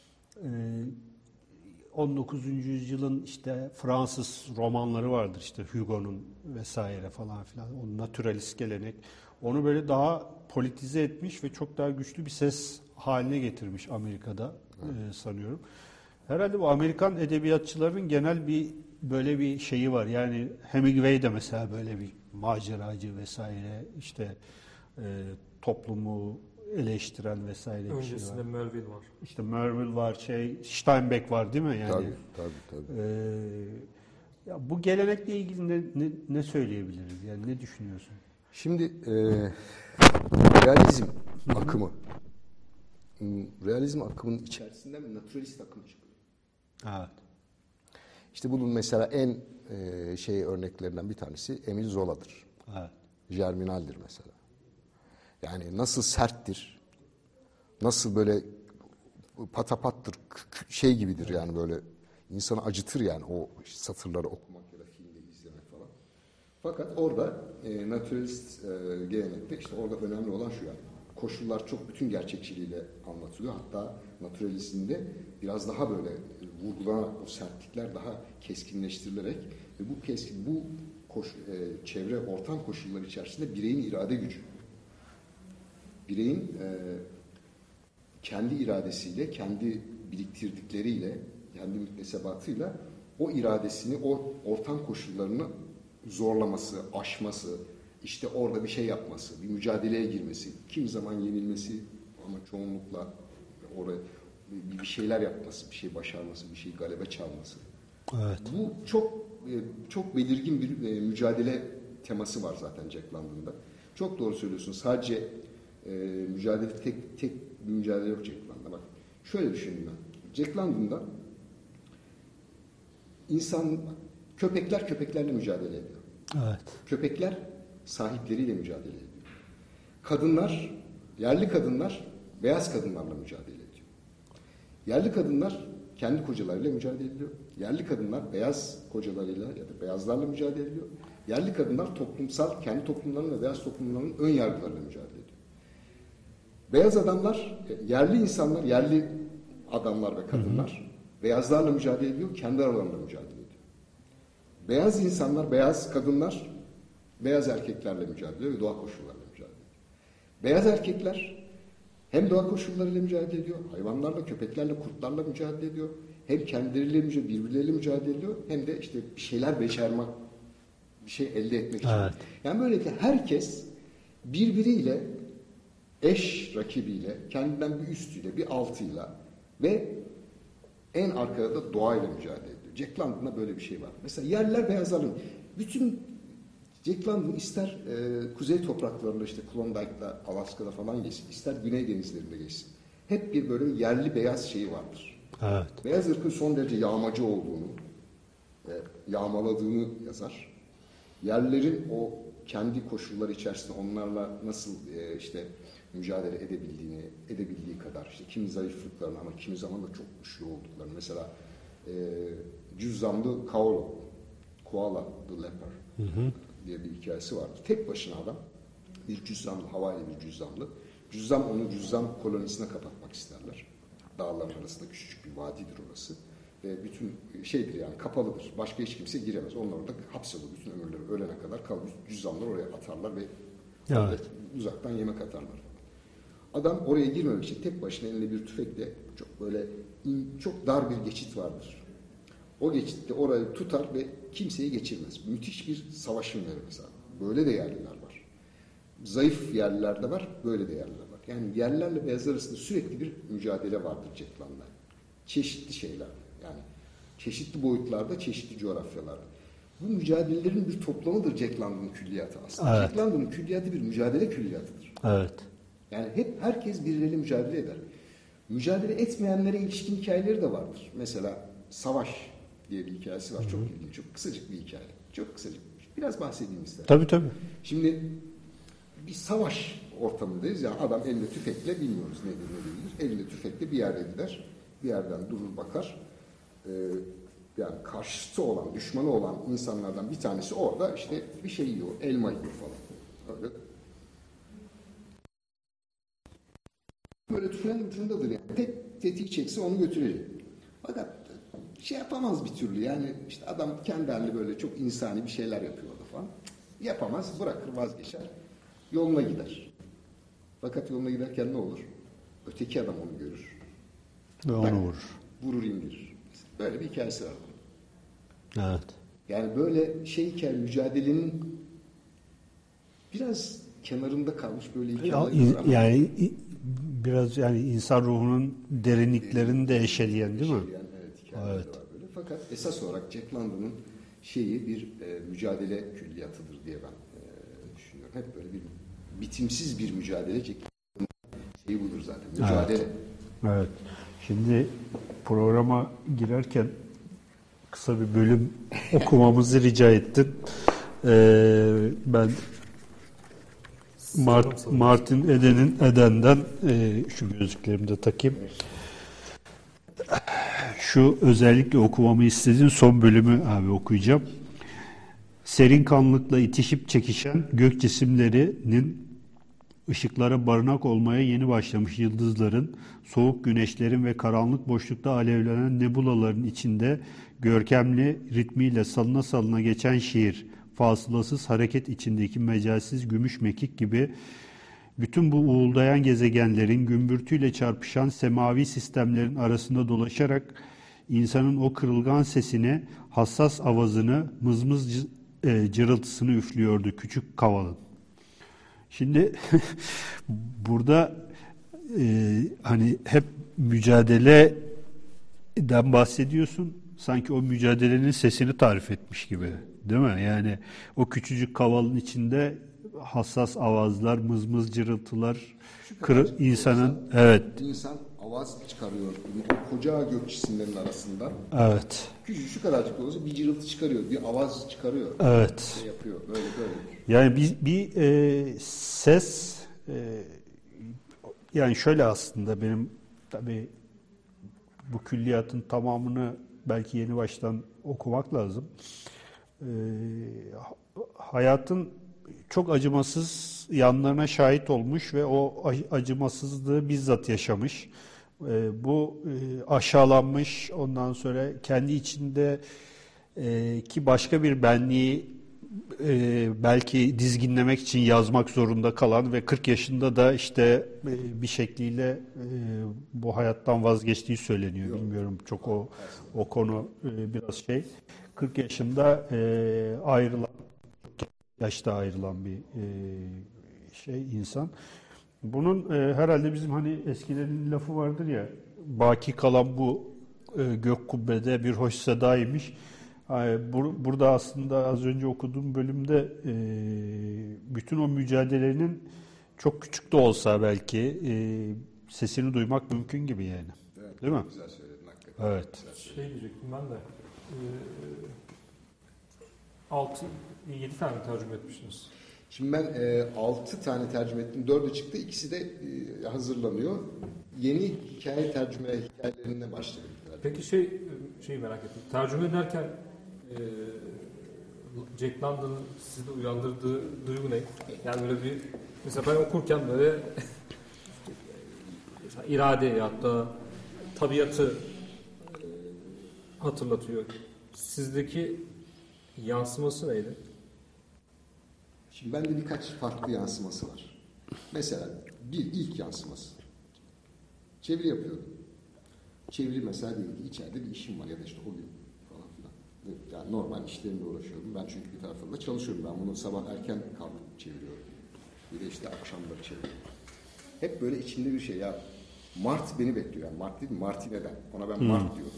on dokuzuncu yüzyılın işte Fransız romanları vardır işte Hugo'nun vesaire falan filan o naturalist gelenek onu böyle daha politize etmiş ve çok daha güçlü bir ses haline getirmiş Amerika'da e, sanıyorum. Herhalde bu Amerikan edebiyatçıların genel bir böyle bir şeyi var yani Hemingway de mesela böyle bir maceracı vesaire işte e, toplumu eleştiren vesaire öncesinde bir şey var. Melville var. İşte Melville var, şey Steinbeck var değil mi yani? Tabii tabii tabii. Ee, ya bu gelenekle ilgili ne, ne ne söyleyebiliriz? Yani ne düşünüyorsun? Şimdi e, realizm akımı. Realizm akımının içerisinden bir naturalist akım çıkıyor. Evet. İşte bunun mesela en e, şey örneklerinden bir tanesi Emile Zola'dır. Evet. Germinal'dir mesela. Yani nasıl serttir, nasıl böyle patapattır, şey gibidir yani böyle insanı acıtır yani o satırları okumak ya da filmde izlemek falan. Fakat orada e, naturalist e, gelenekte işte orada önemli olan şu yani koşullar çok bütün gerçekçiliğiyle anlatılıyor. Hatta naturalizmde biraz daha böyle vurgulanan o sertlikler daha keskinleştirilerek ve bu keskin bu koş, e, çevre ortam koşulları içerisinde bireyin irade gücü. Bireyin e, kendi iradesiyle, kendi biriktirdikleriyle, kendi müktesebatıyla o iradesini, o ortam koşullarını zorlaması, aşması, işte orada bir şey yapması, bir mücadeleye girmesi, kim zaman yenilmesi ama çoğunlukla oraya bir şeyler yapması, bir şey başarması, bir şey galebe çalması. Evet. Bu çok çok belirgin bir mücadele teması var zaten Jack London'da. Çok doğru söylüyorsun. Sadece e, mücadele tek tek bir mücadele yok Jack London'da. Bak şöyle düşündüm ben. Jack London'da insan köpekler köpeklerle mücadele ediyor. Evet. Köpekler sahipleriyle mücadele ediyor. Kadınlar, yerli kadınlar beyaz kadınlarla mücadele ediyor. Yerli kadınlar kendi kocalarıyla mücadele ediyor. Yerli kadınlar beyaz kocalarıyla ya da beyazlarla mücadele ediyor. Yerli kadınlar toplumsal, kendi toplumlarının ve beyaz toplumlarının ön yargılarıyla mücadele ediyor. Beyaz adamlar, yerli insanlar, yerli adamlar ve kadınlar hı hı. beyazlarla mücadele ediyor, kendi aralarında mücadele ediyor. Beyaz insanlar, beyaz kadınlar, beyaz erkeklerle mücadele ediyor ve doğa koşullarıyla mücadele ediyor. Beyaz erkekler hem doğa koşullarıyla mücadele ediyor, hayvanlarla, köpeklerle, kurtlarla mücadele ediyor. Hem kendileriyle mücadele, birbirleriyle mücadele ediyor, hem de işte bir şeyler becermek, bir şey elde etmek için. Evet. Yani böylelikle herkes birbiriyle, eş rakibiyle, kendinden bir üstüyle, bir altıyla ve en arkada da doğayla mücadele ediyor. Jack London'da böyle bir şey var. Mesela yerliler beyazlarla, bütün Jack London ister e, kuzey topraklarında işte Klondike'da, Alaska'da falan geçsin, ister güney denizlerinde geçsin. Hep bir böyle yerli beyaz şeyi vardır. Evet. Beyaz ırkın son derece yağmacı olduğunu, e, yağmaladığını yazar. Yerlerin o kendi koşulları içerisinde onlarla nasıl e, işte mücadele edebildiğini, edebildiği kadar işte kimi zayıflıklarını ama kimi zaman da çok güçlü olduklarını. Mesela e, cüzzamlı Kaolo, Koala the Leper hı hı. diye bir hikayesi vardır. Tek başına adam bir cüzzamlı, havayla bir cüzzamlı. Cüzzam onu cüzzam kolonisine kapatmak isterler. Dağların arasında küçücük bir vadidir orası. Ve bütün şeydir yani kapalıdır. Başka hiç kimse giremez. Onlar orada hapsolur bütün ömürleri. Ölene kadar kalır. Cüzzamları oraya atarlar ve evet. uzaktan yemek atarlar. Adam oraya girmemek için tek başına elinde bir tüfekle çok böyle in, çok dar bir geçit vardır. O geçitte orayı tutar ve kimseyi geçirmez. Müthiş bir savaşın verir mesela. Böyle de yerliler var. Zayıf yerliler de var, böyle de yerliler var. Yani yerlerle beyazlar arasında sürekli bir mücadele vardır Jack London'da. Çeşitli şeyler. Yani çeşitli boyutlarda, çeşitli coğrafyalarda. Bu mücadelelerin bir toplamıdır Jack London'un külliyatı aslında. Evet. Jack London'un külliyatı bir mücadele külliyatıdır. Evet. Yani hep herkes birileriyle mücadele eder. Mücadele etmeyenlere ilişkin hikayeleri de vardır. Mesela Savaş diye bir hikayesi var. Hı-hı. Çok ilginç, çok kısacık bir hikaye. Çok kısacık. Biraz bahsedeyim isterim. Tabii tabii. Şimdi bir savaş ortamındayız. Yani adam elinde tüfekle, bilmiyoruz nedir ne değildir. Elinde tüfekle bir yerde gider. Bir yerden durur bakar. Ee, yani karşısı olan, düşmanı olan insanlardan bir tanesi orada işte bir şey yiyor, elma yiyor falan. Öyle. Böyle tüfeğin ucundadır yani. Tek tetiği çekse onu götürecek. Fakat şey yapamaz bir türlü yani işte adam kendi haline böyle çok insani bir şeyler yapıyor orada falan. Yapamaz, bırakır, vazgeçer. Yoluna gider. Fakat yoluna giderken ne olur? Öteki adam onu görür. Ve onu vurur. Vurur indirir. Böyle bir hikayesi var. Evet. Yani böyle şey hikaye, mücadelenin biraz kenarında kalmış böyle hikayeler var ama. Yani biraz yani insan ruhunun derinliklerini de eşeleyen değil mi? Eşeleyen, evet, hikayeler evet. var böyle. Fakat esas olarak Jack London'un şeyi bir e, mücadele külliyatıdır diye ben e, düşünüyorum. Hep böyle bir bitimsiz bir mücadele. Jack London'un şeyi budur zaten. Mücadele. Evet. Evet. Şimdi programa girerken kısa bir bölüm okumamızı rica ettin. Ee, ben Mart, Martin Eden'in Eden'den e, şu gözlüklerimi de takayım. Şu özellikle okumamı istediğin son bölümü abi okuyacağım. Serin kanlılıkla itişip çekişen gök cisimlerinin ışıklara barınak olmaya yeni başlamış yıldızların, soğuk güneşlerin ve karanlık boşlukta alevlenen nebulaların içinde görkemli ritmiyle salına salına geçen şiir, fasılasız hareket içindeki mecalsiz gümüş mekik gibi bütün bu uğuldayan gezegenlerin gümbürtüyle çarpışan semavi sistemlerin arasında dolaşarak insanın o kırılgan sesini, hassas avazını, mızmız cırıltısını üflüyordu küçük kavalın. Şimdi burada e, hani hep mücadeleden bahsediyorsun. Sanki o mücadelenin sesini tarif etmiş gibi. Değil mi? Yani o küçücük kavalın içinde hassas avazlar, mızmız cırıltılar, kır, insanın insan, evet. İnsan avaz çıkarıyor. Koca gök cisimlerin arasında. Evet. Küçücük şu kadarcık olsa bir cırıltı çıkarıyor, bir avaz çıkarıyor. Evet. Bir şey yapıyor. Böyle böyle. Yani bir, bir e, ses e, yani şöyle aslında benim tabii bu külliyatın tamamını belki yeni baştan okumak lazım. E, hayatın çok acımasız yanlarına şahit olmuş ve o acımasızlığı bizzat yaşamış. E, bu e, aşağılanmış, ondan sonra kendi içinde e, ki başka bir benliği e, belki dizginlemek için yazmak zorunda kalan ve kırk yaşında da işte e, bir şekliyle e, bu hayattan vazgeçtiği söyleniyor. Yok. Bilmiyorum çok o o konu e, biraz şey. kırk yaşında e, ayrılan, yaşta ayrılan bir e, şey insan. Bunun e, herhalde bizim hani eskilerin lafı vardır ya, baki kalan bu e, gök kubbede bir hoş sedaymış. Ay, bur- Burada aslında az önce okuduğum bölümde e, bütün o mücadelenin çok küçük de olsa belki e, sesini duymak mümkün gibi yani. Evet, değil mi? Güzel söyledin hakikaten. Evet. Şey diyecektim ben de. E, altı yedi tane tercüme etmişsiniz. Şimdi ben e, altı tane tercüme ettim. dördü çıktı. İkisi de e, hazırlanıyor. Yeni hikaye tercüme hikayelerine başladım. Peki şey şeyi merak ettim. Tercüme ederken e, Jack London'ın sizde uyandırdığı duygu ne? Yani böyle bir mesela ben okurken böyle irade hatta tabiatı e, hatırlatıyor. Sizdeki yansıması neydi? Şimdi bende birkaç farklı yansıması var. Mesela bir ilk yansıması. Çeviri yapıyordum. Çeviri mesela diyelim ki içeride bir işim var ya da işte o gün falan filan. Yani normal işlerimle uğraşıyorum. Ben çünkü bir taraftan da çalışıyorum. Ben bunu sabah erken kalkıp çeviriyorum. Bir de işte akşamları çeviriyorum. Hep böyle içinde bir şey ya. Mart beni bekliyor. Yani Mart değil mi? Martine'den. Ona ben Mart diyorum.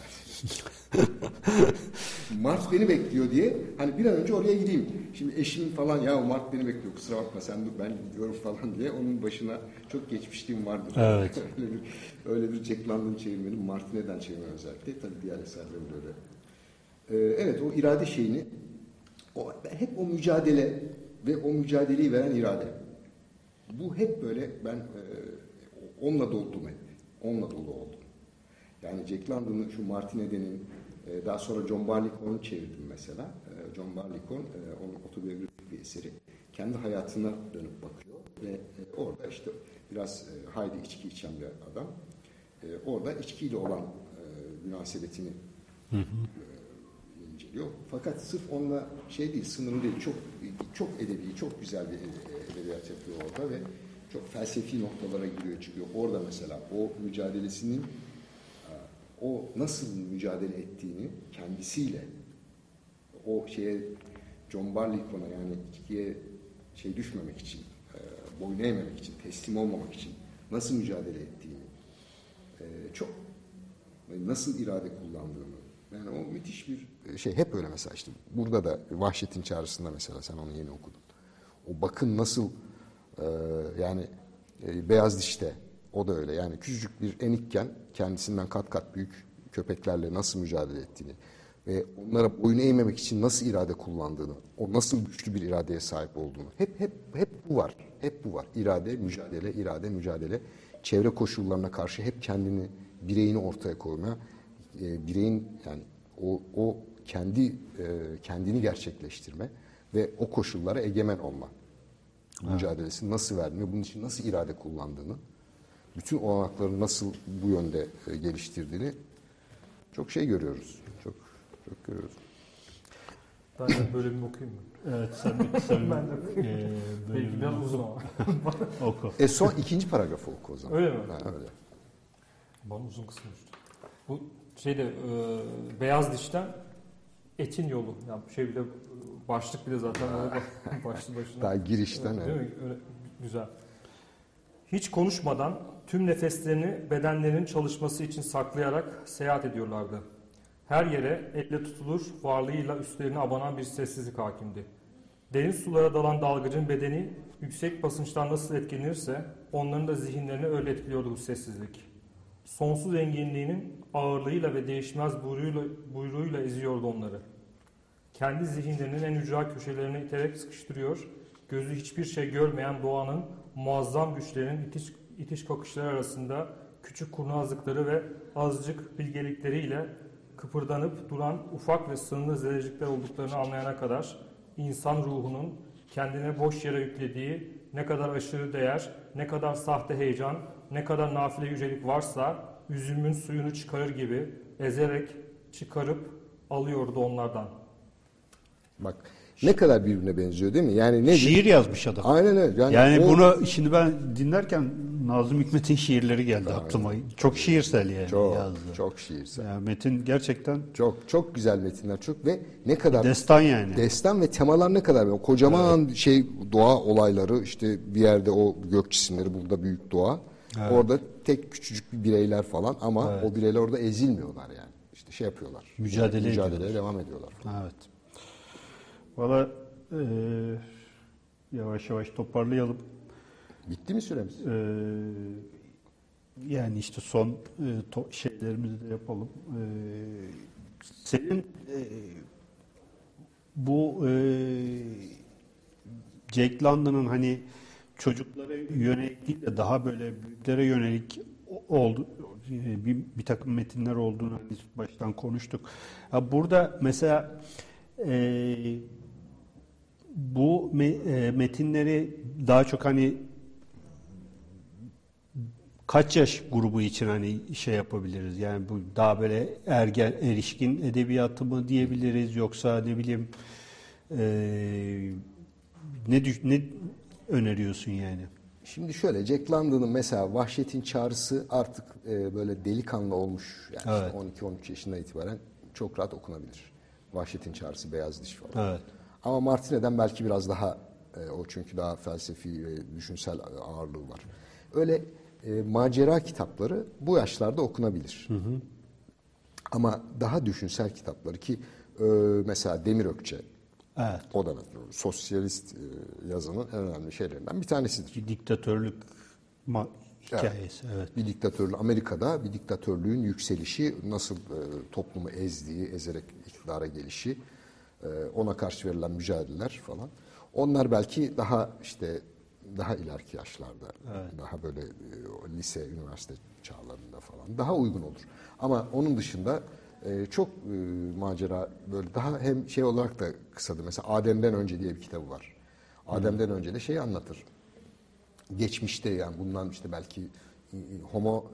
Mart beni bekliyor diye hani bir an önce oraya gideyim. Şimdi eşim falan ya Mart beni bekliyor kusura bakma sen dur ben gidiyorum falan diye onun başına çok geçmişliğim vardır. Evet. öyle bir, öyle bir Jack London çevirmenin Martine'den çevirme özellikle. Tabii diğer eserlerim de öyle. Ee, evet o irade şeyini o, hep o mücadele ve o mücadeleyi veren irade. Bu hep böyle ben e, onunla doldum hep. Onunla dolu oldum. Yani Jack London'ın şu Martine'denin e, daha sonra John Barleycorn'u çevirdim mesela. E, John Barleycorn e, onun otobiyografik bir eseri. Kendi hayatına dönüp bakıyor ve e, orada işte biraz e, hayli içki içen bir adam. E, orada içkiyle olan e, münasebetini hı hı. E, inceliyor. Fakat sırf onunla şey değil, sınırlı değil. Çok çok edebi, çok güzel bir edebiyat yapıyor orada ve çok felsefi noktalara giriyor çıkıyor. Orada mesela o mücadelesinin o nasıl mücadele ettiğini kendisiyle o şeye John Barleycorn'a yani içkiye şey düşmemek için, e, boyun eğmemek için, teslim olmamak için nasıl mücadele ettiğini e, çok nasıl irade kullandığını yani o müthiş bir şey hep öyle mesela işte burada da Vahşetin Çağrısı'nda mesela sen onu yeni okudun. O bakın nasıl e, yani e, Beyaz Diş'te o da öyle yani küçücük bir enikken kendisinden kat kat büyük köpeklerle nasıl mücadele ettiğini ve onlara boyun eğmemek için nasıl irade kullandığını, o nasıl güçlü bir iradeye sahip olduğunu hep hep hep bu var. Hep bu var. İrade, mücadele, irade, mücadele. Çevre koşullarına karşı hep kendini, bireyini ortaya koyma, e, bireyin yani o o kendi e, kendini gerçekleştirme ve o koşullara egemen olma mücadelesini nasıl verdiğini, bunun için nasıl irade kullandığını, bütün olanakları nasıl bu yönde e, geliştirdiğini çok şey görüyoruz. Çok çok görüyoruz. Ben de bölümümü okuyayım mı? Evet sen bir sen Ben de okuyayım. e, Belki biraz uzun ama. oku. E son ikinci paragrafı oku o zaman. Öyle mi? Ha, öyle. Bana uzun kısmı işte. Bu şeyde e, Beyaz Diş'ten Etin Yolu. Yani şey bile başlık bile zaten başlı başına. Daha girişten Evet, evet. değil mi? Öyle, güzel. Hiç konuşmadan tüm nefeslerini bedenlerinin çalışması için saklayarak seyahat ediyorlardı. Her yere elle tutulur varlığıyla üstlerine abanan bir sessizlik hakimdi. Deniz sulara dalan dalgıcın bedeni yüksek basınçtan nasıl etkilenirse onların da zihinlerini öyle etkiliyordu bu sessizlik. Sonsuz enginliğinin ağırlığıyla ve değişmez buyruğuyla, buyruğuyla eziyordu onları. Kendi zihinlerinin en ücra köşelerine iterek sıkıştırıyor, gözü hiçbir şey görmeyen doğanın muazzam güçlerinin itiş, itiş kakışları arasında küçük kurnazlıkları ve azıcık bilgelikleriyle kıpırdanıp duran ufak ve sınırlı zerrecikler olduklarını anlayana kadar insan ruhunun kendine boş yere yüklediği ne kadar aşırı değer, ne kadar sahte heyecan, ne kadar nafile yücelik varsa üzümün suyunu çıkarır gibi ezerek çıkarıp alıyordu onlardan. Bak ne kadar birbirine benziyor değil mi? Yani ne Şiir yazmış adam. Aynen öyle. Yani, Yani o, bunu şimdi ben dinlerken Nazım Hikmet'in şiirleri geldi Aynen. aklıma. Çok şiirsel yani çok yazdı. çok şiirsel. Yani metin gerçekten Çok çok güzel metinler çok ve ne kadar destan yani. destan ve temalar ne kadar o kocaman evet. şey doğa olayları işte bir yerde o gök cisimleri burada büyük doğa. Evet. Orada tek küçücük bir bireyler falan ama evet. o bireyler orada ezilmiyorlar yani. işte şey yapıyorlar. Mücadele mücadeleye ediyorlar. devam ediyorlar. Evet. Valla e, yavaş yavaş toparlayalım. Bitti mi süremiz? E, yani işte son e, to, şeylerimizi de yapalım. E, senin e, bu e, Jack London'ın hani çocuklara yönelik değil de daha böyle büyüklere yönelik oldu bir, bir takım metinler olduğunu hani baştan konuştuk. Ha, burada mesela e, bu me, e, metinleri daha çok hani kaç yaş grubu için hani şey yapabiliriz? Yani bu daha böyle ergen, erişkin edebiyatı mı diyebiliriz, yoksa ne bileyim e, ne ne öneriyorsun yani? Şimdi şöyle, Jack London'ın mesela Vahşetin Çağrısı artık e, böyle delikanlı olmuş. Yani Evet. işte on iki on üç yaşından itibaren çok rahat okunabilir. Vahşetin Çağrısı, Beyaz Diş falan. Evet. Ama Martine'den belki biraz daha e, o çünkü daha felsefi ve düşünsel ağırlığı var. Öyle e, macera kitapları bu yaşlarda okunabilir. Hı hı. Ama daha düşünsel kitapları ki e, mesela Demir Ökçe, Evet. o da sosyalist e, yazının en önemli şeylerinden bir tanesidir. Bir diktatörlük ma- hikayesi. Evet. Evet. Bir diktatörlük, Amerika'da bir diktatörlüğün yükselişi, nasıl e, toplumu ezdiği, ezerek iktidara gelişi, e, ona karşı verilen mücadeleler falan. Onlar belki daha işte daha ileriki yaşlarda, evet. daha böyle e, lise, üniversite çağlarında falan daha uygun olur. Ama onun dışında e, çok e, macera böyle daha hem şey olarak da kısadır. Mesela Adem'den Önce diye bir kitabı var. Adem'den hmm. önce de şeyi anlatır. Geçmişte yani bundan işte belki homo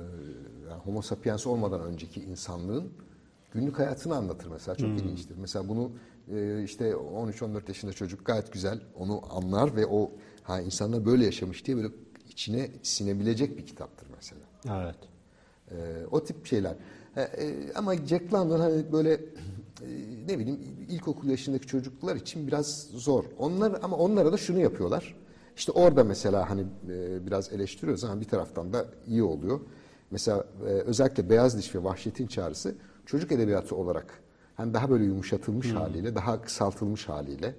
e, yani homo sapiens olmadan önceki insanlığın günlük hayatını anlatır mesela. Çok hmm. ilginçtir. Mesela bunu e, işte on üç on dört yaşında çocuk gayet güzel onu anlar ve o ha insanlar böyle yaşamış diye böyle içine sinebilecek bir kitaptır mesela. Evet. E, o tip şeyler. E, e, ama Jack London hani böyle e, ne bileyim ilkokul yaşındaki çocuklar için biraz zor. Onlar ama onlara da şunu yapıyorlar. İşte orada mesela hani e, biraz eleştiriyoruz ama bir taraftan da iyi oluyor. Mesela e, özellikle Beyaz Diş ve Vahşetin Çağrısı çocuk edebiyatı olarak hani daha böyle yumuşatılmış hmm. haliyle, daha kısaltılmış haliyle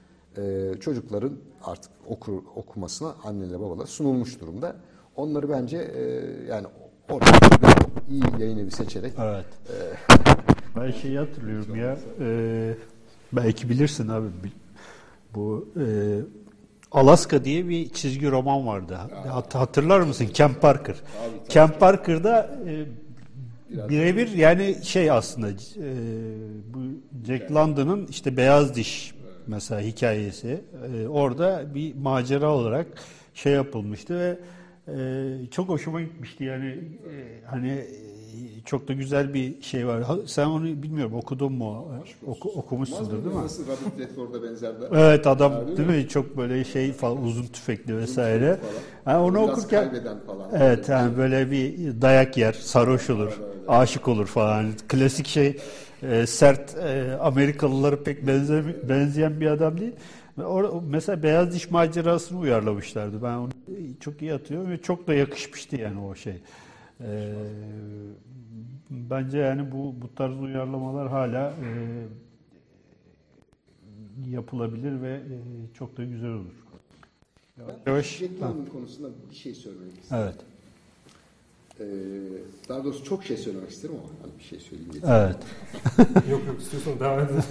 e, çocukların artık okur, okumasına anneler babalar sunulmuş durumda. Onları bence e, yani orada iyi yayın evi seçerek. Evet. E, ben şeyi hatırlıyorum ya. E, belki bilirsin abi. Bu e, Alaska diye bir çizgi roman vardı. Hat, hatırlar mısın? Ken Parker. Abi, Ken Parker'da e, birebir yani şey aslında e, bu Jack London'ın işte Beyaz Diş mesela hikayesi e, orada bir macera olarak şey yapılmıştı ve e, çok hoşuma gitmişti yani e, hani çok da güzel bir şey var. Sen onu bilmiyorum okudun mu? Oku, okumuşsundur değil mi? Nasıl Robert Redford'a benzer de. Evet adam değil, değil mi? mi? Çok böyle şey falan uzun tüfekli vesaire. Yani onu biraz okurken falan. Evet yani böyle bir dayak yer, sarhoş olur, öyle, öyle. aşık olur falan. Yani klasik şey e, sert e, Amerikalılara pek benze, benzeyen bir adam değil. Or, mesela Beyaz Diş macerasını uyarlamışlardı. Ben onu çok iyi hatırlıyorum ve çok da yakışmıştı yani o şey. Ee, bence yani bu bu tarz uyarlamalar hala e, yapılabilir ve e, çok da güzel olur. Yavaş. Jack London konusunda bir şey söylemek istedim. Evet. Ee, daha doğrusu çok şey söylemek isterim ama hani bir şey söyleyeyim. Getireyim. Evet. yok yok istiyorsan devam edin.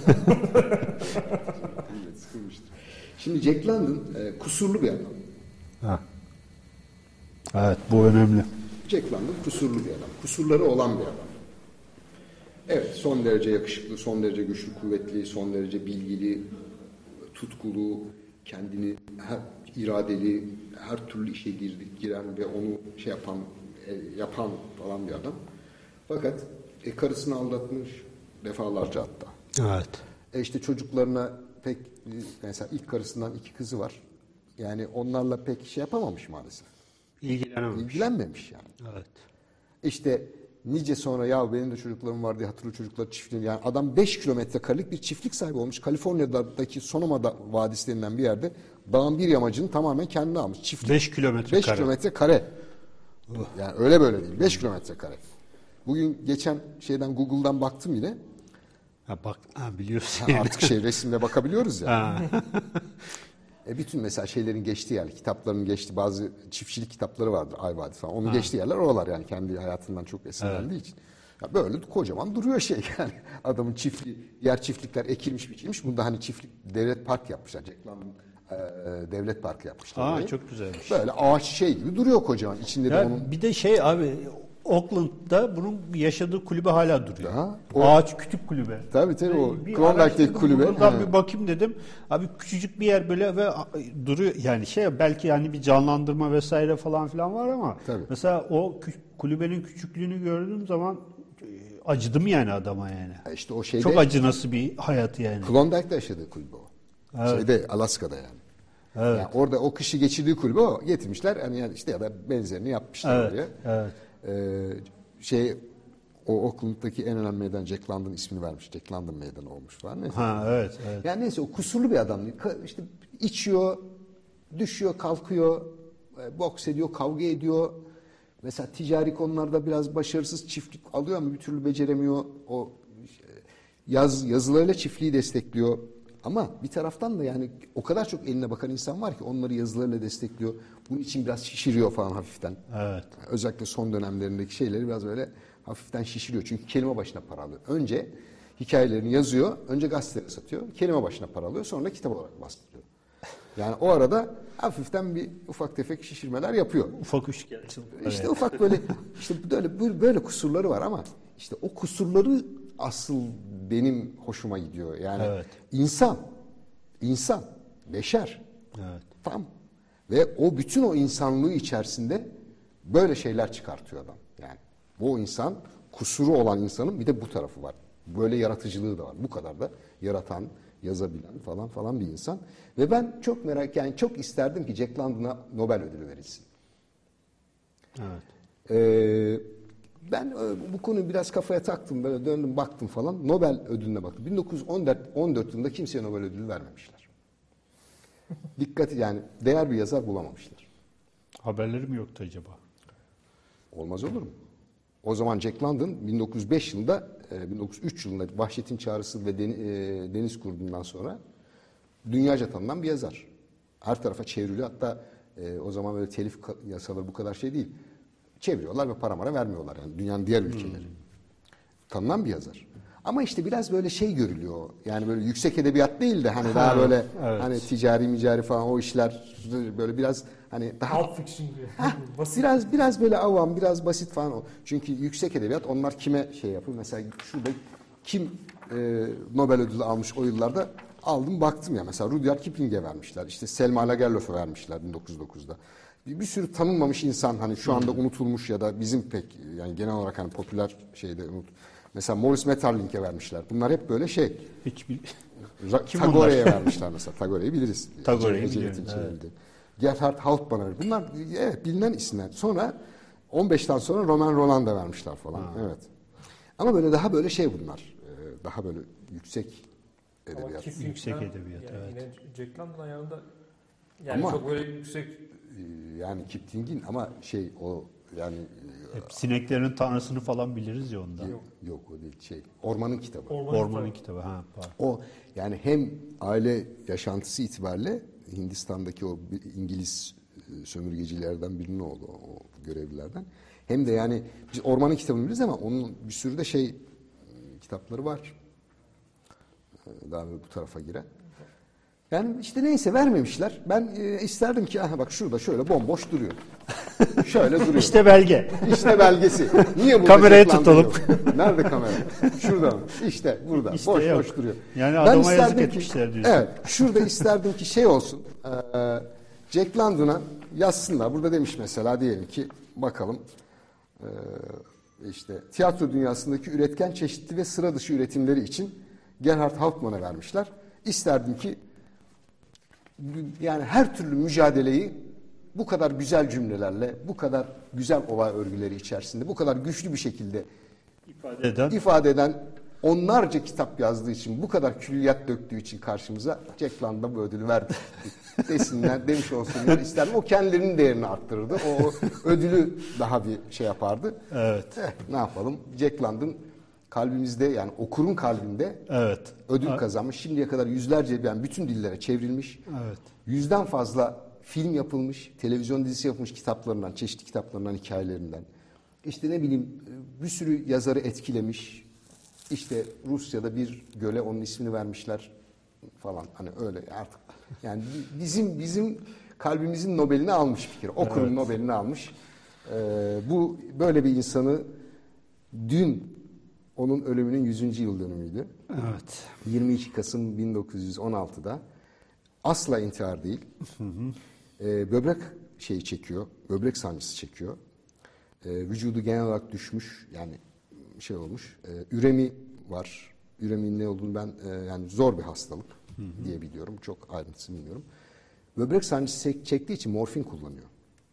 Şimdi Jack London e, kusurlu bir adam. Ha. Evet bu önemli. Jack London kusurlu bir adam. Kusurları olan bir adam. Evet, son derece yakışıklı, son derece güçlü, kuvvetli, son derece bilgili, tutkulu, kendini her, iradeli, her türlü işe girdik, giren ve onu şey yapan, e, yapan falan bir adam. Fakat e, karısını aldatmış defalarca hatta. Evet. E işte çocuklarına pek mesela ilk karısından iki kızı var. Yani onlarla pek şey yapamamış maalesef. İlgilenememiş. İlgilenmemiş yani. Evet. İşte nice sonra ya benim de çocuklarım var diye hatırlı çocuklar çiftliği. Yani adam beş kilometre karelik bir çiftlik sahibi olmuş. Kaliforniya'daki Sonoma Vadisi denilen bir yerde dağın bir yamacını tamamen kendine almış. Çiftlik. beş kilometre kare. beş kilometre kare. Yani öyle böyle değil. beş kilometre kare. Bugün geçen şeyden Google'dan baktım yine. Ha, bak ha, biliyorsun. Ha, artık şey resimle bakabiliyoruz ya. Ha. E bütün mesela şeylerin geçtiği yer, kitapların geçtiği bazı çiftçilik kitapları vardır Ayvadi falan. Onun geçtiği yerler oralar yani kendi hayatından çok esinlendiği Evet. için. Ya böyle kocaman duruyor şey yani. Adamın çiftliği, yer çiftlikler ekilmiş biçilmiş. Bunda hani çiftlik devlet park yapmışlar. Jack London e, devlet parkı yapmışlar. Aa, orayı. çok güzelmiş. Böyle ağaç şey gibi duruyor kocaman. İçinde de Ya onun bir de şey abi, Oakland'da bunun yaşadığı kulübe hala duruyor. Aha, o- Ağaç kütük kulübe. tabii tabii o Bir Klondike'deki araştırdım, kulübe. Google'dan He. bir bakayım dedim. Abi küçücük bir yer böyle ve duruyor yani şey belki yani bir canlandırma vesaire falan filan var ama Tabii. mesela o kü- kulübenin küçüklüğünü gördüğüm zaman e, acıdım yani adama yani. Ya işte o şeyde Çok acınası bir hayat yani. Klondike'da yaşadığı kulübe o. Evet. Şeyde Alaska'da yani. Evet. Yani orada o kışı geçirdiği kulübe o. Getirmişler hani yani işte ya da benzerini yapmışlar Evet, oraya. evet. Ee, şey o Oakland'daki en önemli meydan Jack London ismini vermiş. Jack London meydanı olmuş falan. Neyse. Ha evet, evet. Yani neyse o kusurlu bir adam. Ka- İşte içiyor, düşüyor, kalkıyor, e, boks ediyor, kavga ediyor. Mesela ticari konularda biraz başarısız, çiftlik alıyor ama bir türlü beceremiyor. O e, yaz yazılarıyla çiftliği destekliyor. Ama bir taraftan da yani o kadar çok eline bakan insan var ki onları yazılarıyla destekliyor. Bunun için biraz şişiriyor falan hafiften. Evet. Özellikle son dönemlerindeki şeyleri biraz böyle hafiften şişiriyor. Çünkü kelime başına para alıyor. Önce hikayelerini yazıyor, önce gazetelere satıyor. Kelime başına para alıyor, sonra da kitap olarak bastırıyor. Yani o arada hafiften bir ufak tefek şişirmeler yapıyor. Ufak üçgen. İşte ufak böyle işte böyle böyle böyle kusurları var ama işte o kusurları asıl benim hoşuma gidiyor. Yani Evet. insan, insan, beşer. Evet. Tam. Ve o bütün o insanlığı içerisinde böyle şeyler çıkartıyor adam. Yani bu insan, kusuru olan insanın bir de bu tarafı var. Böyle yaratıcılığı da var. Bu kadar da yaratan, yazabilen falan falan bir insan. Ve ben çok merak yani çok isterdim ki Jack London'a Nobel ödülü verilsin. Evet. Ee, ben e, bu konuyu biraz kafaya taktım, böyle döndüm baktım falan. Nobel ödülüne baktım. bin dokuz yüz on dört yılında kimseye Nobel ödülü vermemişler. Dikkat yani değer bir yazar bulamamışlar. Haberleri mi yoktu acaba? Olmaz olur mu? O zaman Jack London bin dokuz yüz beş yılında, bin dokuz yüz üç yılında Vahşetin Çağrısı ve Deniz Kurdu'ndan sonra dünyaca tanınan bir yazar. Her tarafa çevriliyor. Hatta e, o zaman böyle telif yasaları bu kadar şey değil. Çeviriyorlar ve para mara vermiyorlar yani dünyanın diğer ülkeleri. Hmm. Tanınan bir yazar. Ama işte biraz böyle şey görülüyor. Yani böyle yüksek edebiyat değil de hani ha, daha böyle evet. Hani ticari micari falan o işler böyle biraz hani daha Pulp Fiction diyor. Basit. Biraz biraz böyle avam, biraz basit falan o. Çünkü yüksek edebiyat onlar kime şey yapıyor? Mesela şurada kim e, Nobel ödülü almış o yıllarda aldım baktım ya. Mesela Rudyard Kipling'e vermişler. İşte Selma Lagerlöf'e vermişler bin dokuz yüz dokuzda. Bir, bir sürü tanınmamış insan hani şu anda unutulmuş ya da bizim pek yani genel olarak hani popüler şeyde unut. Mesela Maurice Maeterlinck'e vermişler. Bunlar hep böyle şey. Hiç bil... Tagore'ye vermişler mesela. Tagore'yi biliriz. Tagore'yi Ecevit'in biliyorum. çevirdi. Gerhard Hauptmann'a. Bunlar evet bilinen isimler. Sonra on beşten sonra Romain Rolland'a vermişler falan. Ha. Evet. Ama böyle daha böyle şey bunlar. Daha böyle yüksek edebiyat. Yüksek edebiyat. Yani Evet. Yine Jack London ayağında yani ama, çok böyle yüksek yani Kipling'in ama şey o yani hep sineklerin tanrısını falan biliriz ya onda. Yok, yok o değil şey. Ormanın kitabı. Ormanın, Ormanın kitabı. kitabı ha. Pardon. O yani hem aile yaşantısı itibariyle Hindistan'daki o İngiliz sömürgecilerden birinin oldu o görevlilerden. Hem de yani biz Ormanın kitabını biliriz ama onun bir sürü de şey kitapları var. Daha bu tarafa giren. Yani işte neyse vermemişler. Ben e, isterdim ki aha bak şurada şöyle bomboş duruyor. Şöyle duruyor. İşte belge. İşte belgesi. Niye burada kamerayı tutalım. Nerede kamera? Şurada mı? İşte burada. İşte boş yok. Boş duruyor. Yani adama yazık etmişler diyorsun. Evet. Şurada isterdim ki şey olsun. E, Jack London'a yazsınlar. Burada demiş mesela diyelim ki bakalım e, işte tiyatro dünyasındaki üretken çeşitli ve sıra dışı üretimleri için Gerhard Hauptmann'a vermişler. İsterdim ki yani her türlü mücadeleyi bu kadar güzel cümlelerle, bu kadar güzel olay örgüleri içerisinde, bu kadar güçlü bir şekilde ifade eden, ifade eden onlarca kitap yazdığı için, bu kadar külliyat döktüğü için karşımıza Jack London'a bu ödülü verdi desinler, demiş olsunlar isterim. O kendilerinin değerini arttırırdı. O ödülü daha bir şey yapardı. Evet. Eh, ne yapalım? Jack London kalbimizde, yani okurun kalbinde Evet. ödül Ha- kazanmış. Şimdiye kadar yüzlerce, yani bütün dillere çevrilmiş. Evet. Yüzden fazla film yapılmış, televizyon dizisi yapılmış kitaplarından, çeşitli kitaplarından, hikayelerinden. İşte ne bileyim bir sürü yazarı etkilemiş. İşte Rusya'da bir göle onun ismini vermişler falan. Hani öyle artık. Yani bizim bizim kalbimizin Nobel'ini almış bir kere. Okurun Evet. Nobel'ini almış. Ee, bu böyle bir insanı dün onun ölümünün yüzüncü yıl dönümüydü. Evet. yirmi iki Kasım bin dokuz yüz on altıda asla intihar değil. Ee, böbrek şeyi çekiyor. Böbrek sancısı çekiyor. Ee, vücudu genel olarak düşmüş. Yani şey olmuş. Ee, üremi var. Üremin ne olduğunu ben e, yani zor bir hastalık diye biliyorum. Çok ayrıntısını bilmiyorum. Böbrek sancısı çek- çektiği için morfin kullanıyor.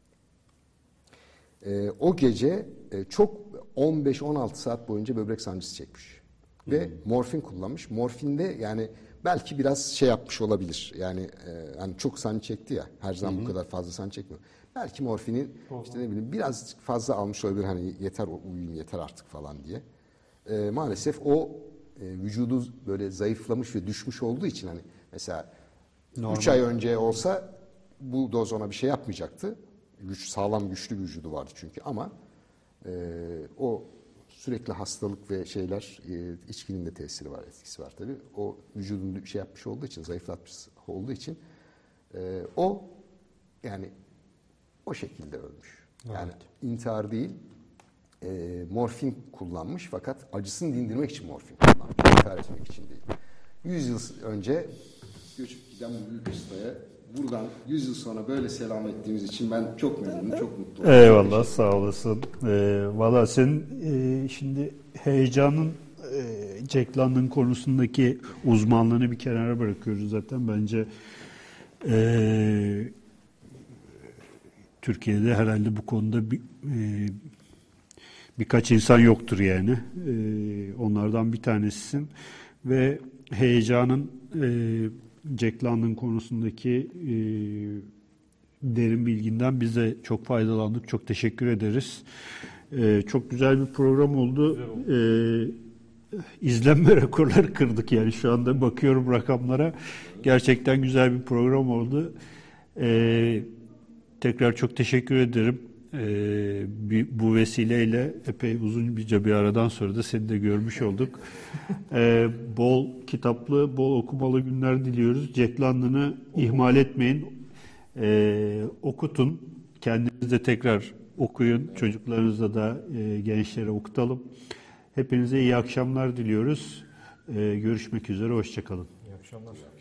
Ee, o gece e, çok on beş on altı saat boyunca böbrek sancısı çekmiş. Ve morfin kullanmış. Morfinde yani belki biraz şey yapmış olabilir. Yani e, hani çok sancı çekti ya. Her zaman bu kadar fazla sancı çekmiyor. Belki morfini işte ne bileyim biraz fazla almış olabilir. Hani yeter uyuyun yeter artık falan diye. E, maalesef o e, vücudu böyle zayıflamış ve düşmüş olduğu için hani mesela Normal. üç ay önce olsa bu doz ona bir şey yapmayacaktı. Güç, sağlam güçlü bir vücudu vardı çünkü ama e, o sürekli hastalık ve şeyler e, içkinin de tesiri var, etkisi var tabii. O vücudun bir şey yapmış olduğu için, zayıflatmış olduğu için e, o yani o şekilde ölmüş. Yani intihar değil, e, morfin kullanmış fakat acısını dindirmek için morfin kullanmış. İntihar etmek için değil. yüz yıl önce göçüp giden bu büyük ustaya buradan yüz yıl sonra böyle selam ettiğimiz için ben çok memnunum, çok mutluyum. Eyvallah, sağ olasın. Ee, Valla senin e, şimdi heyecanın e, Jack London konusundaki uzmanlığını bir kenara bırakıyoruz zaten. Bence e, Türkiye'de herhalde bu konuda bir, e, birkaç insan yoktur yani. E, onlardan bir tanesisin. Ve heyecanın e, Jack London konusundaki e, derin bilginden biz de çok faydalandık. Çok teşekkür ederiz. Ee, çok güzel bir program oldu. Ee, izlenme rekorları kırdık yani şu anda bakıyorum rakamlara. Gerçekten güzel bir program oldu. Ee, tekrar çok teşekkür ederim. Ee, bir, bu vesileyle epey uzunca bir aradan sonra da seni de görmüş olduk. Ee, bol kitaplı, bol okumalı günler diliyoruz. Jack London'ı ihmal etmeyin. Ee, okutun. Kendiniz de tekrar okuyun. Çocuklarınızla da e, gençlere okutalım. Hepinize iyi akşamlar diliyoruz. Ee, görüşmek üzere. Hoşça kalın. İyi akşamlar.